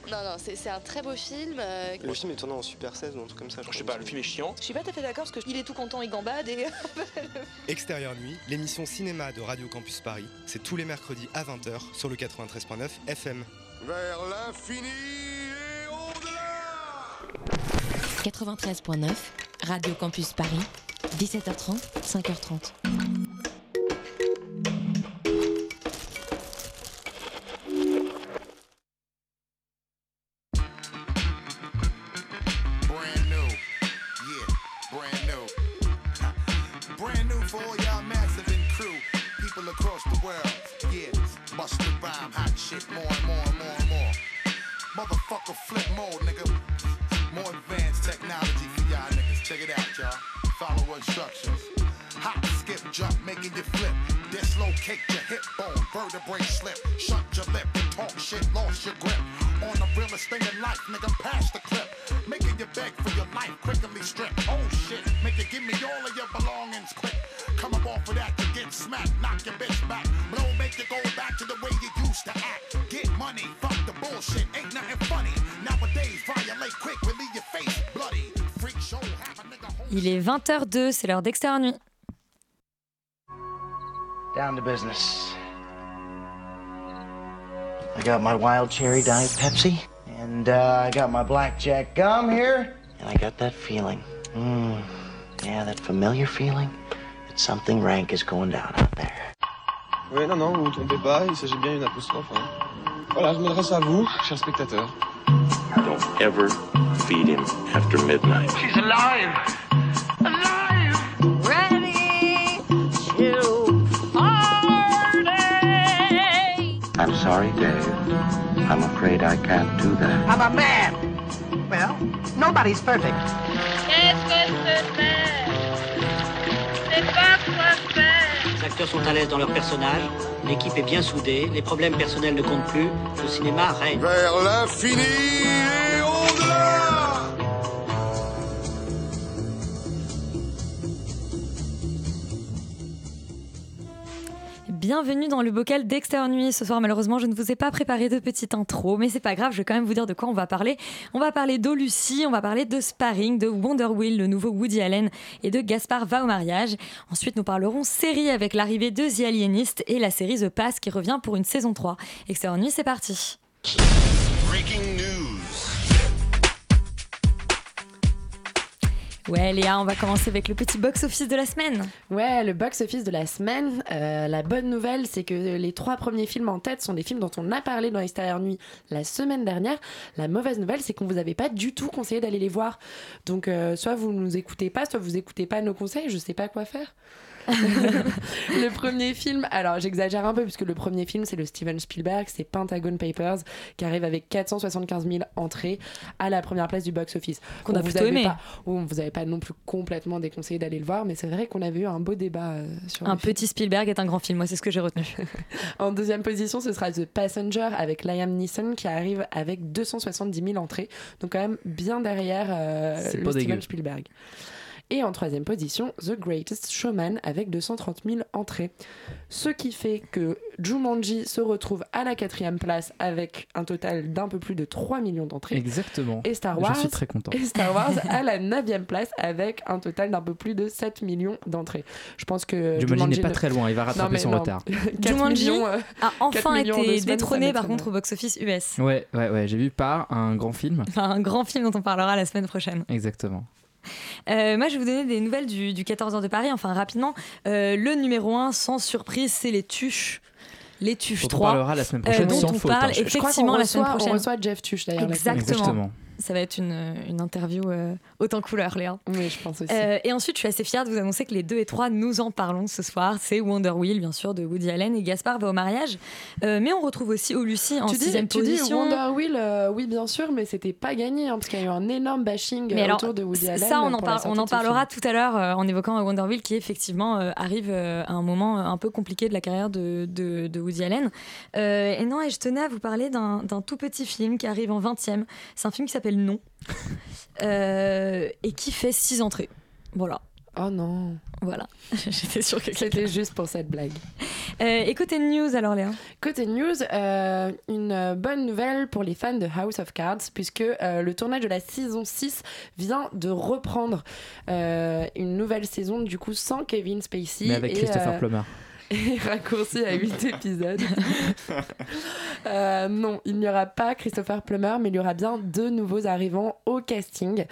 Non, c'est un très beau film. Le film est tourné en Super 16 ou un truc comme ça. Je sais pas, le film est chiant. Je suis pas tout à fait d'accord parce qu'il est tout content, il gambade et... Extérieure Nuit, l'émission cinéma de Radio Campus Paris, c'est tous les mercredis à 20h sur le 93.9 FM. Vers l'infini et au-delà. 93.9, Radio Campus Paris, 17h30, 5h30. Across the world, yeah, bust the rhyme, hot shit, more and more and more and more. Motherfucker flip mode, nigga. More advanced technology for y'all niggas. Check it out, y'all. Follow instructions. Hop, skip, jump, making you flip. Dislocate your hip bone, vertebrae slip. Shut your lip and talk shit, lost your grip. On the realest thing in life, nigga, pass the clip. Making you beg for your life, quickly strip. Oh shit, make you give me all of your belongings quick. Come up off of that, you get smacked, knock your bitch back. Blow, make you go back to the way you used to act. Get money, fuck the bullshit, ain't nothing funny. Nowadays, violate quick, will leave your face bloody. Freak show, have a nigga hold. Il est 20h02, c'est l'heure d'Extérieure Nuit. Down to business. I got my wild cherry Diet Pepsi, and I got my blackjack gum here, and I got that feeling. Yeah, that familiar feeling that something rank is going down out there. Oui, non, vous vous trompez pas, il s'agit bien d'une apostrophe. Hein. Voilà, je m'adresse à vous, chers spectateurs. Don't ever feed him after midnight. She's alive! Alive! Ready to party! I'm sorry, Dave. I'm afraid I can't do that. I'm a man! Well, nobody's perfect. Qu'est-ce que c'est? C'est pas quoi faire. Les acteurs sont à l'aise dans leur personnage, l'équipe est bien soudée, les problèmes personnels ne comptent plus, le cinéma règne. Vers l'infini et au-delà. Bienvenue dans le bocal d'Extérieure Nuit. Ce soir, malheureusement, je ne vous ai pas préparé de petite intro, mais c'est pas grave, je vais quand même vous dire de quoi on va parler. On va parler d'O-Lucie, on va parler de Sparring, de Wonder Wheel, le nouveau Woody Allen, et de Gaspard va au mariage. Ensuite, nous parlerons série avec l'arrivée de The Alienist et la série The Pass qui revient pour une saison 3. Extérieure Nuit, c'est parti. Breaking news. Ouais Léa, on va commencer avec le petit box-office de la semaine. Ouais, le box-office de la semaine. La bonne nouvelle, c'est que les 3 premiers films en tête sont des films dont on a parlé dans Extérieure Nuit la semaine dernière. La mauvaise nouvelle, c'est qu'on vous avait pas du tout conseillé d'aller les voir. Donc, soit vous nous écoutez pas, soit vous écoutez pas nos conseils, je sais pas quoi faire. Le premier film, alors j'exagère un peu puisque le premier film c'est le Steven Spielberg, c'est Pentagon Papers qui arrive avec 475 000 entrées à la première place du box-office. Qu'on a plutôt aimé. On vous avait pas non plus complètement déconseillé d'aller le voir, mais c'est vrai qu'on avait eu un beau débat sur un petit Spielberg est un grand film, moi c'est ce que j'ai retenu. En deuxième position, ce sera The Passenger avec Liam Neeson qui arrive avec 270 000 entrées, donc quand même bien derrière le Steven Spielberg. Et en troisième position, The Greatest Showman avec 230 000 entrées. Ce qui fait que Jumanji se retrouve à la 4e place avec un total d'un peu plus de 3 millions d'entrées. Exactement. Et Star Wars, je suis très content. Et Star Wars à la 9e place avec un total d'un peu plus de 7 millions d'entrées. Je pense que Jumanji n'est pas très loin, il va rattraper son retard. Jumanji a enfin été détrôné par contre au box-office US. Ouais, j'ai vu par un grand film. Enfin, un grand film dont on parlera la semaine prochaine. Exactement. Moi je vais vous donner des nouvelles du 14h de Paris, enfin rapidement. Le numéro 1 sans surprise, c'est les Tuches. Les Tuches 3. On parlera la semaine prochaine dont sans on faute. parle effectivement la semaine prochaine. On reçoit Jeff Tuche d'ailleurs. Exactement. Ça va être une interview haute en couleur, Léa. Oui, je pense aussi. Et ensuite, je suis assez fière de vous annoncer que les 2 et 3, nous en parlons ce soir. C'est Wonder Wheel, bien sûr, de Woody Allen et Gaspard va au mariage. Mais on retrouve aussi Lucie en 6e position. Tu dis Wonder Wheel, oui, bien sûr, mais c'était pas gagné, parce qu'il y a eu un énorme bashing autour de Woody Allen. Ça, on en parlera tout à l'heure en évoquant Wonder Wheel, qui effectivement arrive à un moment un peu compliqué de la carrière de Woody Allen. Et je tenais à vous parler d'un tout petit film qui arrive en 20e. C'est un film qui s'appelle Non. Et qui fait 6 entrées. Voilà. Oh non. Voilà, j'étais sûre que c'était juste pour cette blague. Et côté news alors Léa ? Côté news, une bonne nouvelle pour les fans de House of Cards, puisque le tournage de la saison 6 vient de reprendre une nouvelle saison, du coup sans Kevin Spacey. Mais avec Christopher Plummer. Et raccourci à 8 épisodes. Non, il n'y aura pas Christopher Plummer, mais il y aura bien 2 nouveaux arrivants au casting.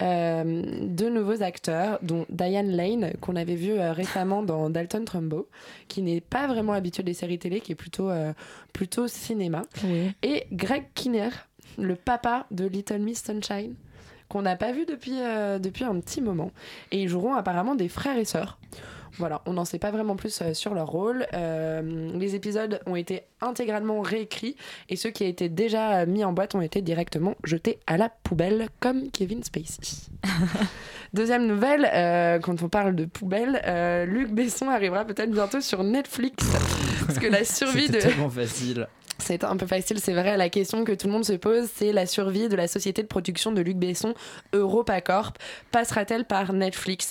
2 nouveaux acteurs, dont Diane Lane, qu'on avait vu récemment dans Dalton Trumbo, qui n'est pas vraiment habitué des séries télé, qui est plutôt cinéma. Oui. Et Greg Kinnear, le papa de Little Miss Sunshine, qu'on n'a pas vu depuis un petit moment. Et ils joueront apparemment des frères et sœurs. Voilà, on n'en sait pas vraiment plus sur leur rôle. Les épisodes ont été intégralement réécrits et ceux qui étaient déjà mis en boîte ont été directement jetés à la poubelle, comme Kevin Spacey. Deuxième nouvelle, quand on parle de poubelle, Luc Besson arrivera peut-être bientôt sur Netflix. Parce que la survie C'était tellement facile. C'est un peu facile, c'est vrai. La question que tout le monde se pose, c'est la survie de la société de production de Luc Besson, EuropaCorp. Passera-t-elle par Netflix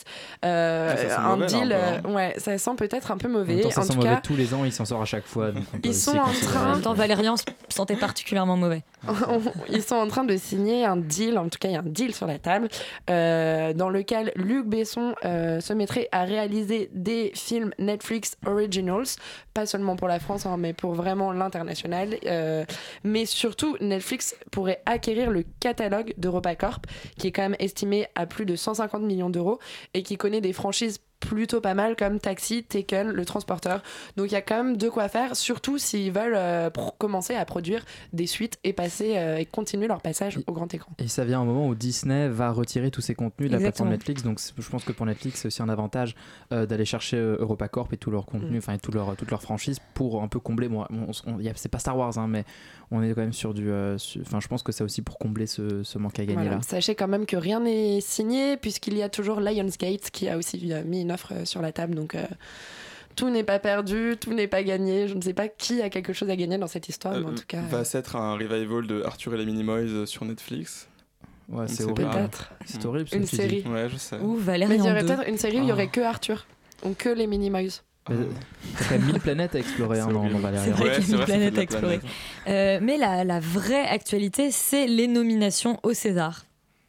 un deal, ouais, ça sent peut-être un peu mauvais. En même temps, ça en sent tout mauvais cas, tous les ans, il s'en sort à chaque fois. Donc ils sont en train. En même temps, Valérian sentait particulièrement mauvais. Ils sont en train de signer un deal, en tout cas il y a un deal sur la table, dans lequel Luc Besson se mettrait à réaliser des films Netflix Originals, pas seulement pour la France, mais pour vraiment l'international. Mais surtout, Netflix pourrait acquérir le catalogue d'EuropaCorp, qui est quand même estimé à plus de 150 millions d'euros et qui connaît des franchises plutôt pas mal comme Taxi, Taken, Le Transporteur. Donc il y a quand même de quoi faire, surtout s'ils veulent commencer à produire des suites et et continuer leur passage au grand écran. Et ça vient un moment où Disney va retirer tous ses contenus de la plateforme Exactement. Netflix, donc je pense que pour Netflix c'est aussi un avantage d'aller chercher EuropaCorp et tout leur contenu, enfin toute leur franchise pour un peu combler. C'est pas Star Wars, mais on est quand même sur du. Je pense que c'est aussi pour combler ce manque à gagner là. Sachez quand même que rien n'est signé puisqu'il y a toujours Lionsgate qui a aussi mis une offre sur la table, donc tout n'est pas perdu, tout n'est pas gagné. Je ne sais pas qui a quelque chose à gagner dans cette histoire, mais en tout cas va s'être un revival de Arthur et les Minimoys sur Netflix. Ouais, c'est horrible. Peut-être. C'est horrible. Une série. Ouais, je sais. Ou Mais Valérian il y aurait 2. peut-être une série où il y aurait que Arthur, donc que les Minimoys. T'as quand même 1000 planètes à explorer dans Valérian. C'est vrai qu'il y a 1000 planètes à explorer. Mais la vraie actualité, c'est les nominations au César.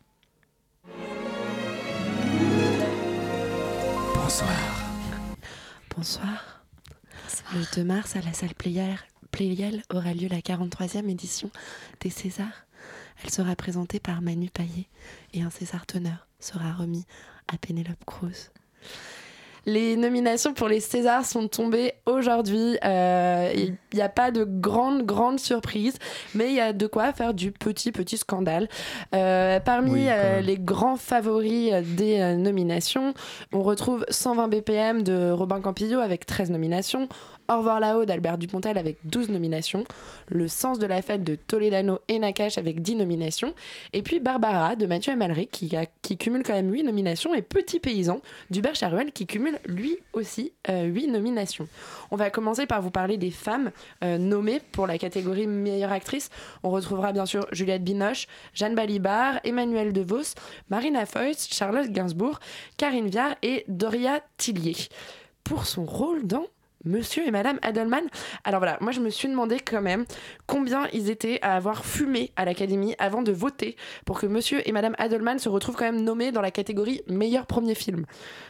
Bonsoir. Le 2 mars, à la salle Pleyel aura lieu la 43e édition des Césars. Elle sera présentée par Manu Payet et un César d'honneur sera remis à Penélope Cruz. Les nominations pour les Césars sont tombées aujourd'hui. Il n'y a pas de grande surprise, mais il y a de quoi faire du petit scandale. Parmi les grands favoris des nominations, on retrouve 120 BPM de Robin Campillo avec 13 nominations, Au revoir là-haut d'Albert Dupontel avec 12 nominations, Le sens de la fête de Toledano et Nakache avec 10 nominations, et puis Barbara de Mathieu Amalric qui cumule quand même 8 nominations, et Petit paysan d'Hubert Charuel qui cumule lui aussi 8 nominations. On va commencer par vous parler des femmes nommées pour la catégorie meilleure actrice. On retrouvera bien sûr Juliette Binoche, Jeanne Balibar, Emmanuelle DeVos, Marina Foïs, Charlotte Gainsbourg, Karine Viard et Doria Tillier. Pour son rôle dans Monsieur et Madame Adelman. Alors voilà, moi je me suis demandé quand même combien ils étaient à avoir fumé à l'Académie avant de voter pour que Monsieur et Madame Adelman se retrouvent quand même nommés dans la catégorie meilleur premier film.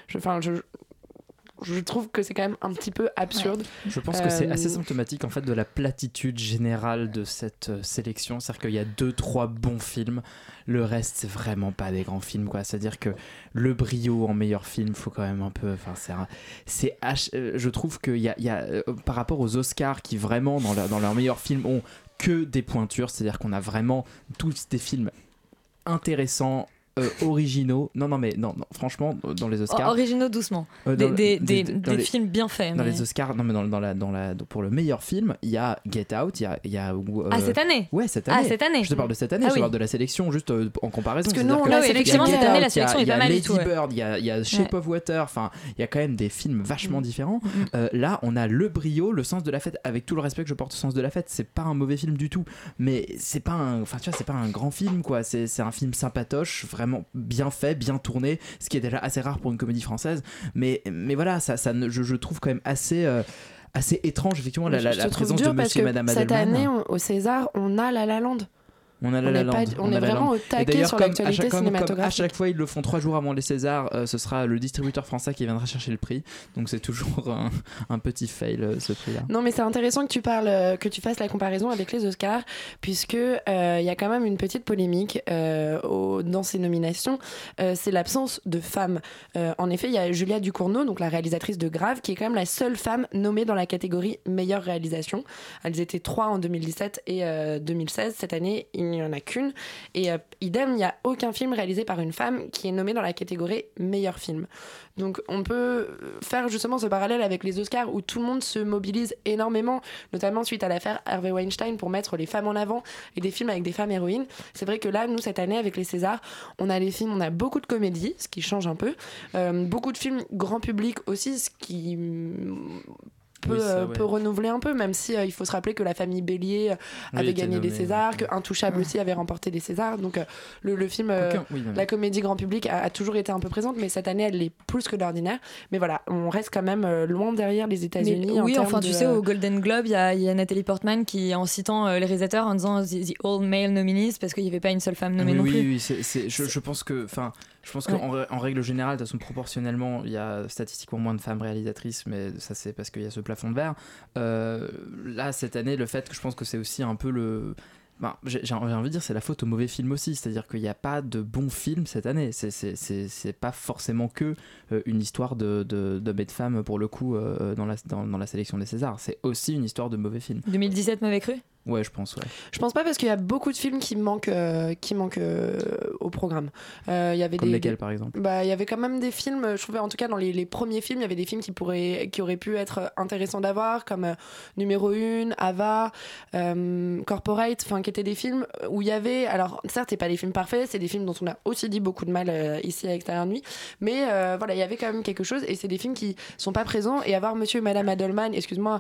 Je trouve que c'est quand même un petit peu absurde. Ouais. Je pense que c'est assez symptomatique en fait de la platitude générale de cette sélection. C'est-à-dire qu'il y a 2-3 bons films, le reste c'est vraiment pas des grands films quoi. C'est-à-dire que Le Brio en meilleur film, faut quand même un peu. Enfin je trouve qu'il y a par rapport aux Oscars qui vraiment dans leurs meilleurs films ont que des pointures. C'est-à-dire qu'on a vraiment tous des films intéressants. Originaux, non, franchement, dans les Oscars. Originaux doucement. Des films bien faits. Dans les Oscars, non, mais pour le meilleur film, il y a Get Out, il y a cette année. Ouais, cette année. Ah, cette année. Je te parle de cette année, je te parle de la sélection, juste en comparaison. Parce que non, là, effectivement, cette année, la sélection est pas mal du tout. Il y a Lady Bird, il y a Shape of Water, enfin, il y a quand même des films vachement différents. Là, on a Le Brio, Le sens de la fête, avec tout le respect que je porte au sens de la fête, c'est pas un mauvais film du tout, mais c'est pas un grand film, quoi. C'est un film sympatoche, vraiment vraiment bien fait, bien tourné, ce qui est déjà assez rare pour une comédie française. Mais voilà, je trouve quand même assez étrange, effectivement, la présence de Monsieur et Madame Adelman. Cette année, au César, on a La La Land. On a La Land. On est vraiment au taquet sur l'actualité cinématographique. Comme à chaque fois, ils le font 3 jours avant les Césars. Ce sera le distributeur français qui viendra chercher le prix. Donc c'est toujours un petit fail, ce prix-là. Non, mais c'est intéressant que tu fasses la comparaison avec les Oscars, puisque il y a quand même une petite polémique dans ces nominations. C'est l'absence de femmes. En effet, il y a Julia Ducournau, donc la réalisatrice de Grave, qui est quand même la seule femme nommée dans la catégorie meilleure réalisation. Elles étaient 3 en 2017 et 2016. Cette année, il n'y en a qu'une. Et idem, il n'y a aucun film réalisé par une femme qui est nommé dans la catégorie meilleur film. Donc on peut faire justement ce parallèle avec les Oscars où tout le monde se mobilise énormément, notamment suite à l'affaire Harvey Weinstein, pour mettre les femmes en avant et des films avec des femmes héroïnes. C'est vrai que là, nous, cette année, avec les Césars, on a beaucoup de comédies, ce qui change un peu, beaucoup de films grand public aussi, ce qui peut renouveler un peu, même si il faut se rappeler que La Famille Bélier avait gagné des Césars, que Intouchable aussi avait remporté des Césars, donc le film, la comédie grand public a toujours été un peu présente, mais cette année elle l'est plus que d'ordinaire. Mais voilà, on reste quand même loin derrière les États-Unis. Oui, enfin tu sais, au Golden Globe, il y a Nathalie Portman qui, en citant les réalisateurs, en disant the all male nominees, parce qu'il n'y avait pas une seule femme nommée non plus. Oui, je pense qu'en règle générale, de toute façon, proportionnellement, il y a statistiquement moins de femmes réalisatrices, mais ça c'est parce qu'il y a ce plafond de verre. Là, cette année, le fait que je pense que c'est aussi un peu j'ai envie de dire, c'est la faute au mauvais film aussi, c'est-à-dire qu'il n'y a pas de bons films cette année. C'est pas forcément que une histoire d'hommes et de femmes, pour le coup, dans la sélection des Césars. C'est aussi une histoire de mauvais films. 2017, Mauvais Cru ? Ouais, je pense, ouais. Je pense pas, parce qu'il y a beaucoup de films qui manquent au programme. Y avait Comme lesquels, par exemple? Il y avait quand même des films, je trouvais, en tout cas dans les premiers films, il y avait des films qui auraient pu être intéressants d'avoir, comme Numéro 1, Ava, Corporate, qui étaient des films où il y avait, alors certes c'est pas des films parfaits, c'est des films dont on a aussi dit beaucoup de mal ici à Extérieur Nuit, mais voilà, il y avait quand même quelque chose, et c'est des films qui sont pas présents, et avoir Monsieur et Madame Adelman, excuse-moi,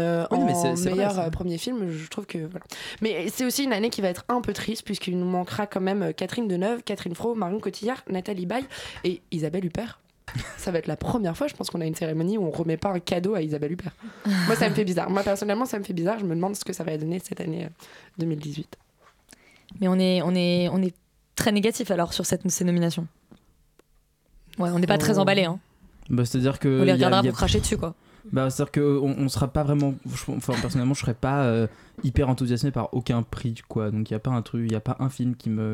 en meilleur premier film, je trouve que voilà. Mais c'est aussi une année qui va être un peu triste, puisqu'il nous manquera quand même Catherine Deneuve, Catherine Fro, Marion Cotillard, Nathalie Baye et Isabelle Huppert. Ça va être la première fois, je pense, qu'on a une cérémonie où on remet pas un cadeau à Isabelle Huppert. Moi, ça me fait bizarre. Moi, personnellement, ça me fait bizarre. Je me demande ce que ça va donner cette année 2018. Mais on est très négatif alors sur ces nominations. Ouais, on n'est pas très emballé. Hein. C'est-à-dire que on les regardera pour cracher dessus, quoi. C'est-à-dire qu'on sera pas vraiment. Personnellement, je serais pas hyper enthousiasmé par aucun prix, quoi. Donc il y a pas un film qui me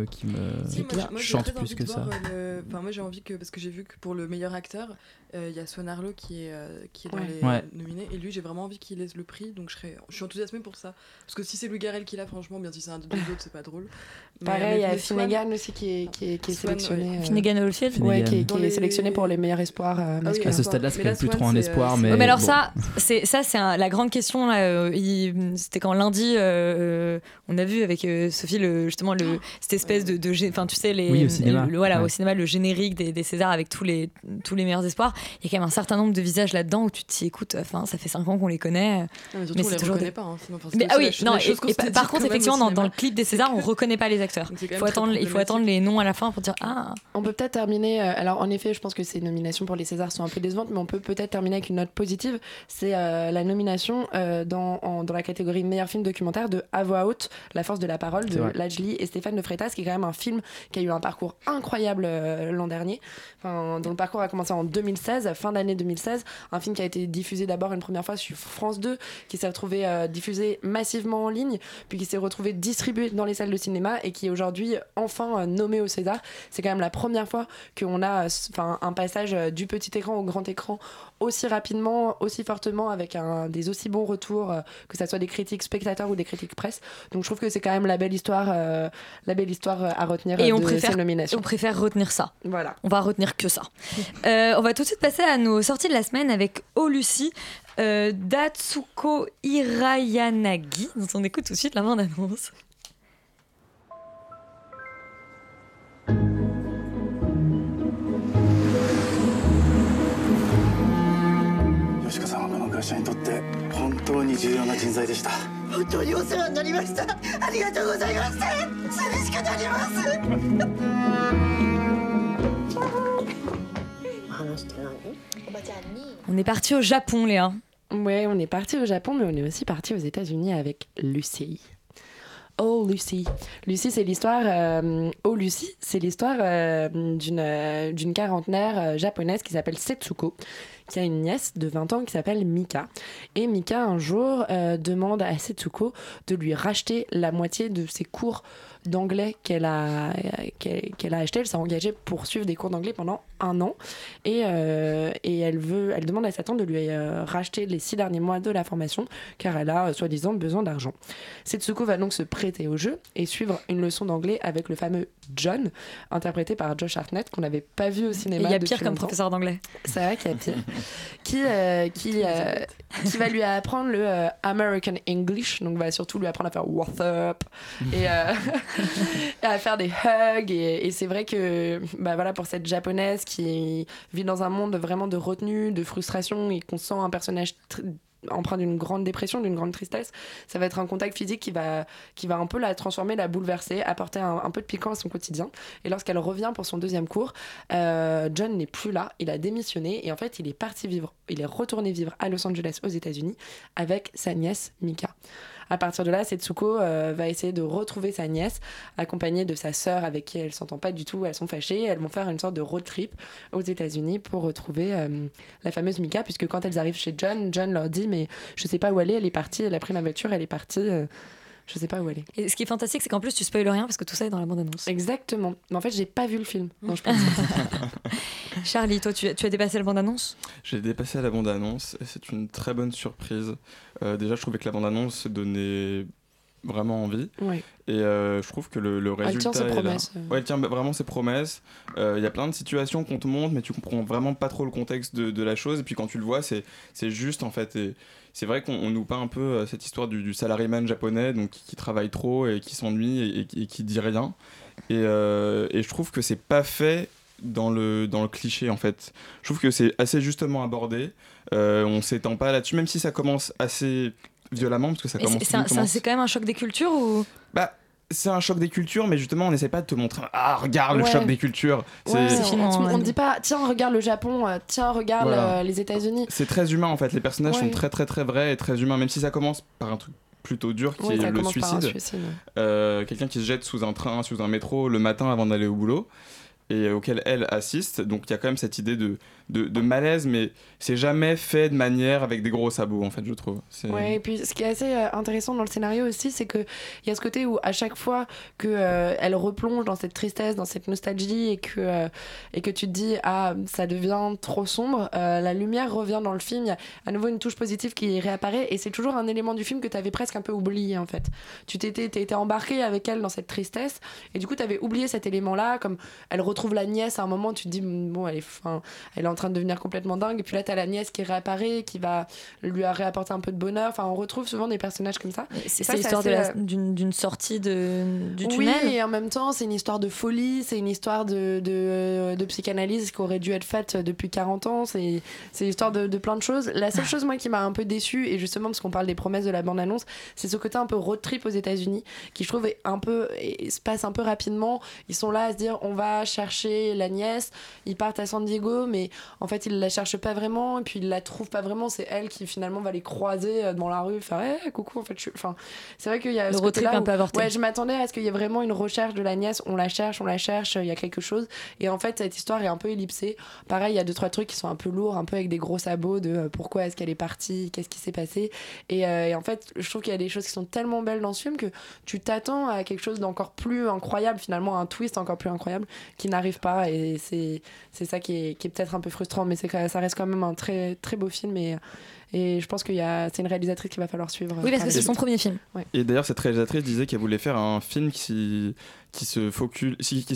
chante plus que ça. Moi j'ai envie que, parce que j'ai vu que pour le meilleur acteur, il y a Swan Arlo qui est dans les nominés, et lui j'ai vraiment envie qu'il laisse le prix, donc je suis enthousiasmée pour ça, parce que si c'est Louis Garrel qui l'a, franchement, bien si c'est un des deux autres, c'est pas drôle. Pareil, il y a Finnegan aussi qui est sélectionné. Finnegan Oldfield, qui est sélectionné pour les meilleurs espoirs masculins. À ce stade-là, c'est quand même plus trop un espoir, mais alors ça c'est la grande question là. C'était quand lundi on a vu avec Sophie cette espèce de tu sais au cinéma. Au cinéma, le générique des Césars avec tous les meilleurs espoirs. Il y a quand même un certain nombre de visages là-dedans où tu te dis, écoute, ça fait 5 ans qu'on les connaît, mais c'est toujours pas, hein, sinon, mais par contre effectivement dans le clip des Césars on reconnaît pas les acteurs. Il faut attendre les noms à la fin pour dire On peut peut-être terminer, alors en effet je pense que ces nominations pour les Césars sont un peu décevantes, mais on peut peut-être terminer avec une note positive. C'est la nomination dans la catégorie meilleur film documentaire de À voix haute, La force de la parole de Lajli et Stéphane Le Freitas, qui est quand même un film qui a eu un parcours incroyable l'an dernier, dont le parcours a commencé en 2016, fin d'année 2016, un film qui a été diffusé d'abord une première fois sur France 2, qui s'est retrouvé diffusé massivement en ligne, puis qui s'est retrouvé distribué dans les salles de cinéma et qui est aujourd'hui enfin nommé au César. C'est quand même la première fois qu'on a un passage du petit écran au grand écran aussi rapidement, aussi fortement, avec des aussi bons retours, que ça soit des critiques spectateurs ou des critiques presse. Donc je trouve que c'est quand même la belle histoire à retenir de ces nominations. On préfère retenir ça. Voilà. On va retenir que ça. On va tout de suite passer à nos sorties de la semaine avec Oh Lucie, d'Atsuko Hirayanagi, dont on écoute tout de suite la bande-annonce. Bonjour, On est parti au Japon, Léa. Ouais, on est parti au Japon, mais on est aussi parti aux États-Unis avec Lucy. Oh Lucy. Lucy, c'est l'histoire. Lucy, c'est l'histoire d'une quarantenaire japonaise qui s'appelle Setsuko, qui a une nièce de 20 ans qui s'appelle Mika. Et Mika, un jour, demande à Setsuko de lui racheter la moitié de ses cours d'anglais qu'elle a acheté. Elle s'est engagée pour suivre des cours d'anglais pendant 1 an. Et elle demande à sa tante de lui racheter les 6 derniers mois de la formation, car elle a, soi-disant, besoin d'argent. Setsuko va donc se prêter au jeu et suivre une leçon d'anglais avec le fameux John, interprété par Josh Hartnett, qu'on n'avait pas vu au cinéma. Il y a depuis pire comme longtemps. professeur d'anglais. C'est vrai qu'il y a pire. qui va lui apprendre le American English, donc va surtout lui apprendre à faire what's up et à faire des hugs. Et c'est vrai que voilà, pour cette japonaise qui vit dans un monde vraiment de retenue, de frustration, et qu'on sent un personnage empreint d'une grande dépression, d'une grande tristesse, ça va être un contact physique qui va un peu la transformer, la bouleverser, apporter un peu de piquant à son quotidien. Et lorsqu'elle revient pour son 2e cours, John n'est plus là, il a démissionné et en fait il est retourné vivre à Los Angeles aux États-Unis avec sa nièce Mika. À partir de là, Setsuko va essayer de retrouver sa nièce, accompagnée de sa sœur avec qui elle s'entend pas du tout, elles sont fâchées, elles vont faire une sorte de road trip aux États-Unis pour retrouver la fameuse Mika, puisque quand elles arrivent chez John leur dit mais je sais pas où elle est partie, elle a pris ma voiture, elle est partie, je sais pas où elle est. Et ce qui est fantastique, c'est qu'en plus tu spoiles rien parce que tout ça est dans la bande-annonce. Exactement. Mais en fait, j'ai pas vu le film. Non, je pense. Charlie, toi, tu as dépassé la bande-annonce ? J'ai dépassé la bande-annonce et c'est une très bonne surprise. Déjà, je trouvais que la bande-annonce donnait vraiment envie. Ouais. Et je trouve que le résultat elle tient ses promesses. Ouais, elle tient vraiment ses promesses. Il y a plein de situations qu'on te montre, mais tu comprends vraiment pas trop le contexte de la chose. Et puis quand tu le vois, c'est juste en fait. Et c'est vrai qu'on nous peint un peu cette histoire du salaryman japonais, donc qui travaille trop et qui s'ennuie et qui dit rien. Et je trouve que c'est pas fait dans le cliché en fait. Je trouve que c'est assez justement abordé. On s'étend pas là-dessus, même si ça commence assez violemment, parce que ça commence. C'est quand même un choc des cultures ou ? C'est un choc des cultures, mais justement on n'essaie pas de te montrer regarde le choc des cultures. On ne dit pas tiens regarde le Japon, tiens regarde les États-Unis. C'est très humain en fait, les personnages sont très très très vrais et très humains, même si ça commence par un truc plutôt dur qui est le suicide. Quelqu'un qui se jette sous un train, sous un métro le matin avant d'aller au boulot et auquel elle assiste, donc il y a quand même cette idée de malaise, mais c'est jamais fait de manière avec des gros sabots en fait, je trouve. Ouais, et puis ce qui est assez intéressant dans le scénario aussi, c'est qu'il y a ce côté où à chaque fois qu'elle replonge dans cette tristesse, dans cette nostalgie et que tu te dis ça devient trop sombre, la lumière revient dans le film, il y a à nouveau une touche positive qui réapparaît et c'est toujours un élément du film que tu avais presque un peu oublié en fait. Tu t'étais embarqué avec elle dans cette tristesse et du coup tu avais oublié cet élément là, comme elle retrouve la nièce à un moment, tu te dis bon elle est en train de devenir complètement dingue et puis là t'as la nièce qui réapparaît, qui va lui réapporter un peu de bonheur, on retrouve souvent des personnages comme ça. C'est l'histoire d'une sortie du tunnel. Oui, et en même temps c'est une histoire de folie, c'est une histoire de psychanalyse qui aurait dû être faite depuis 40 ans, c'est l'histoire de plein de choses. La seule chose moi qui m'a un peu déçue, et justement parce qu'on parle des promesses de la bande-annonce, c'est ce côté un peu road trip aux États-Unis qui je trouve se passe un peu rapidement. Ils sont là à se dire on va chercher la nièce, ils partent à San Diego, mais en fait ils la cherchent pas vraiment et puis ils la trouvent pas vraiment, c'est elle qui finalement va les croiser dans la rue, faire coucou en fait c'est vrai qu'il y a le road trip un peu avorté. Ouais, je m'attendais à ce qu'il y ait vraiment une recherche de la nièce, on la cherche, il y a quelque chose et en fait cette histoire est un peu ellipsée. Pareil, il y a 2-3 trucs qui sont un peu lourds, un peu avec des gros sabots de pourquoi est-ce qu'elle est partie, qu'est-ce qui s'est passé et en fait je trouve qu'il y a des choses qui sont tellement belles dans ce film que tu t'attends à quelque chose d'encore plus incroyable, finalement un twist encore plus incroyable qui n'arrive pas et c'est ça qui est peut-être un peu frustrant, mais ça reste quand même un très très beau film et je pense que c'est une réalisatrice qu'il va falloir suivre. Oui, parce que c'est son premier film. Ouais. Et d'ailleurs cette réalisatrice disait qu'elle voulait faire un film qui se focus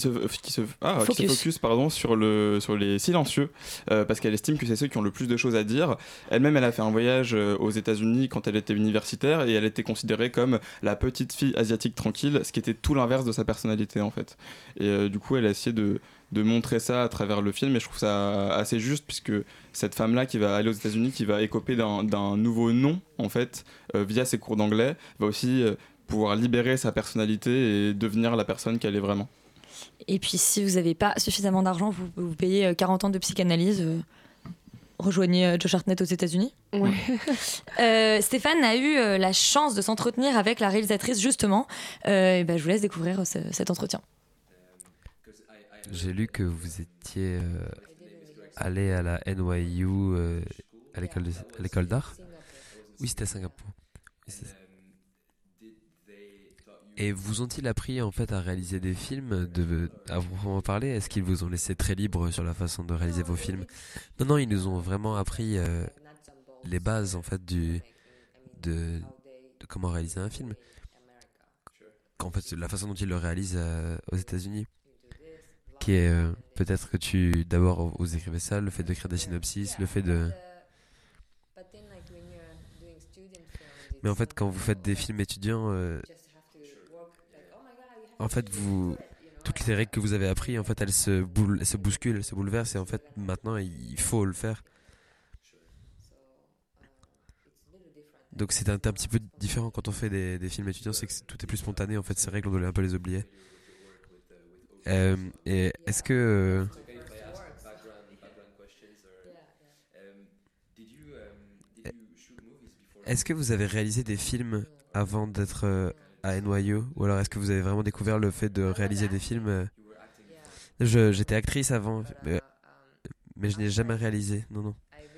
sur les silencieux parce qu'elle estime que c'est ceux qui ont le plus de choses à dire. Elle-même elle a fait un voyage aux États-Unis quand elle était universitaire et elle était considérée comme la petite fille asiatique tranquille, ce qui était tout l'inverse de sa personnalité en fait. Et du coup elle a essayé de montrer ça à travers le film et je trouve ça assez juste puisque cette femme-là qui va aller aux États-Unis, qui va écoper d'un nouveau nom en fait via ses cours d'anglais, va aussi pouvoir libérer sa personnalité et devenir la personne qu'elle est vraiment. Et puis si vous n'avez pas suffisamment d'argent, vous payez 40 ans de psychanalyse. Rejoignez Josh Hartnett aux États-Unis. Ouais. Stéphane a eu la chance de s'entretenir avec la réalisatrice justement. Et je vous laisse découvrir cet entretien. J'ai lu que vous étiez allé à la NYU, à l'école d'art. Oui, c'était à Singapour. Et vous ont-ils appris en fait à réaliser des films, à vous en parler? Est-ce qu'ils vous ont laissé très libre sur la façon de réaliser vos films? Non, ils nous ont vraiment appris les bases en fait de comment réaliser un film. En fait, la façon dont ils le réalisent aux États-Unis, qui est peut-être que d'abord vous écrivez ça, le fait d'écrire des synopsis, le fait de. Mais en fait, quand vous faites des films étudiants, en fait, toutes les règles que vous avez apprises, en fait, elles se bousculent, elles se bouleversent, et en fait, maintenant, il faut le faire. Donc, c'est un petit peu différent quand on fait des films étudiants, c'est que tout est plus spontané, en fait, ces règles, on doit un peu les oublier. Et est-ce que... Est-ce que vous avez réalisé des films avant d'être à NYU, ou alors est-ce que vous avez vraiment découvert le fait de réaliser des films? J'étais actrice avant, mais je n'ai jamais réalisé. Non.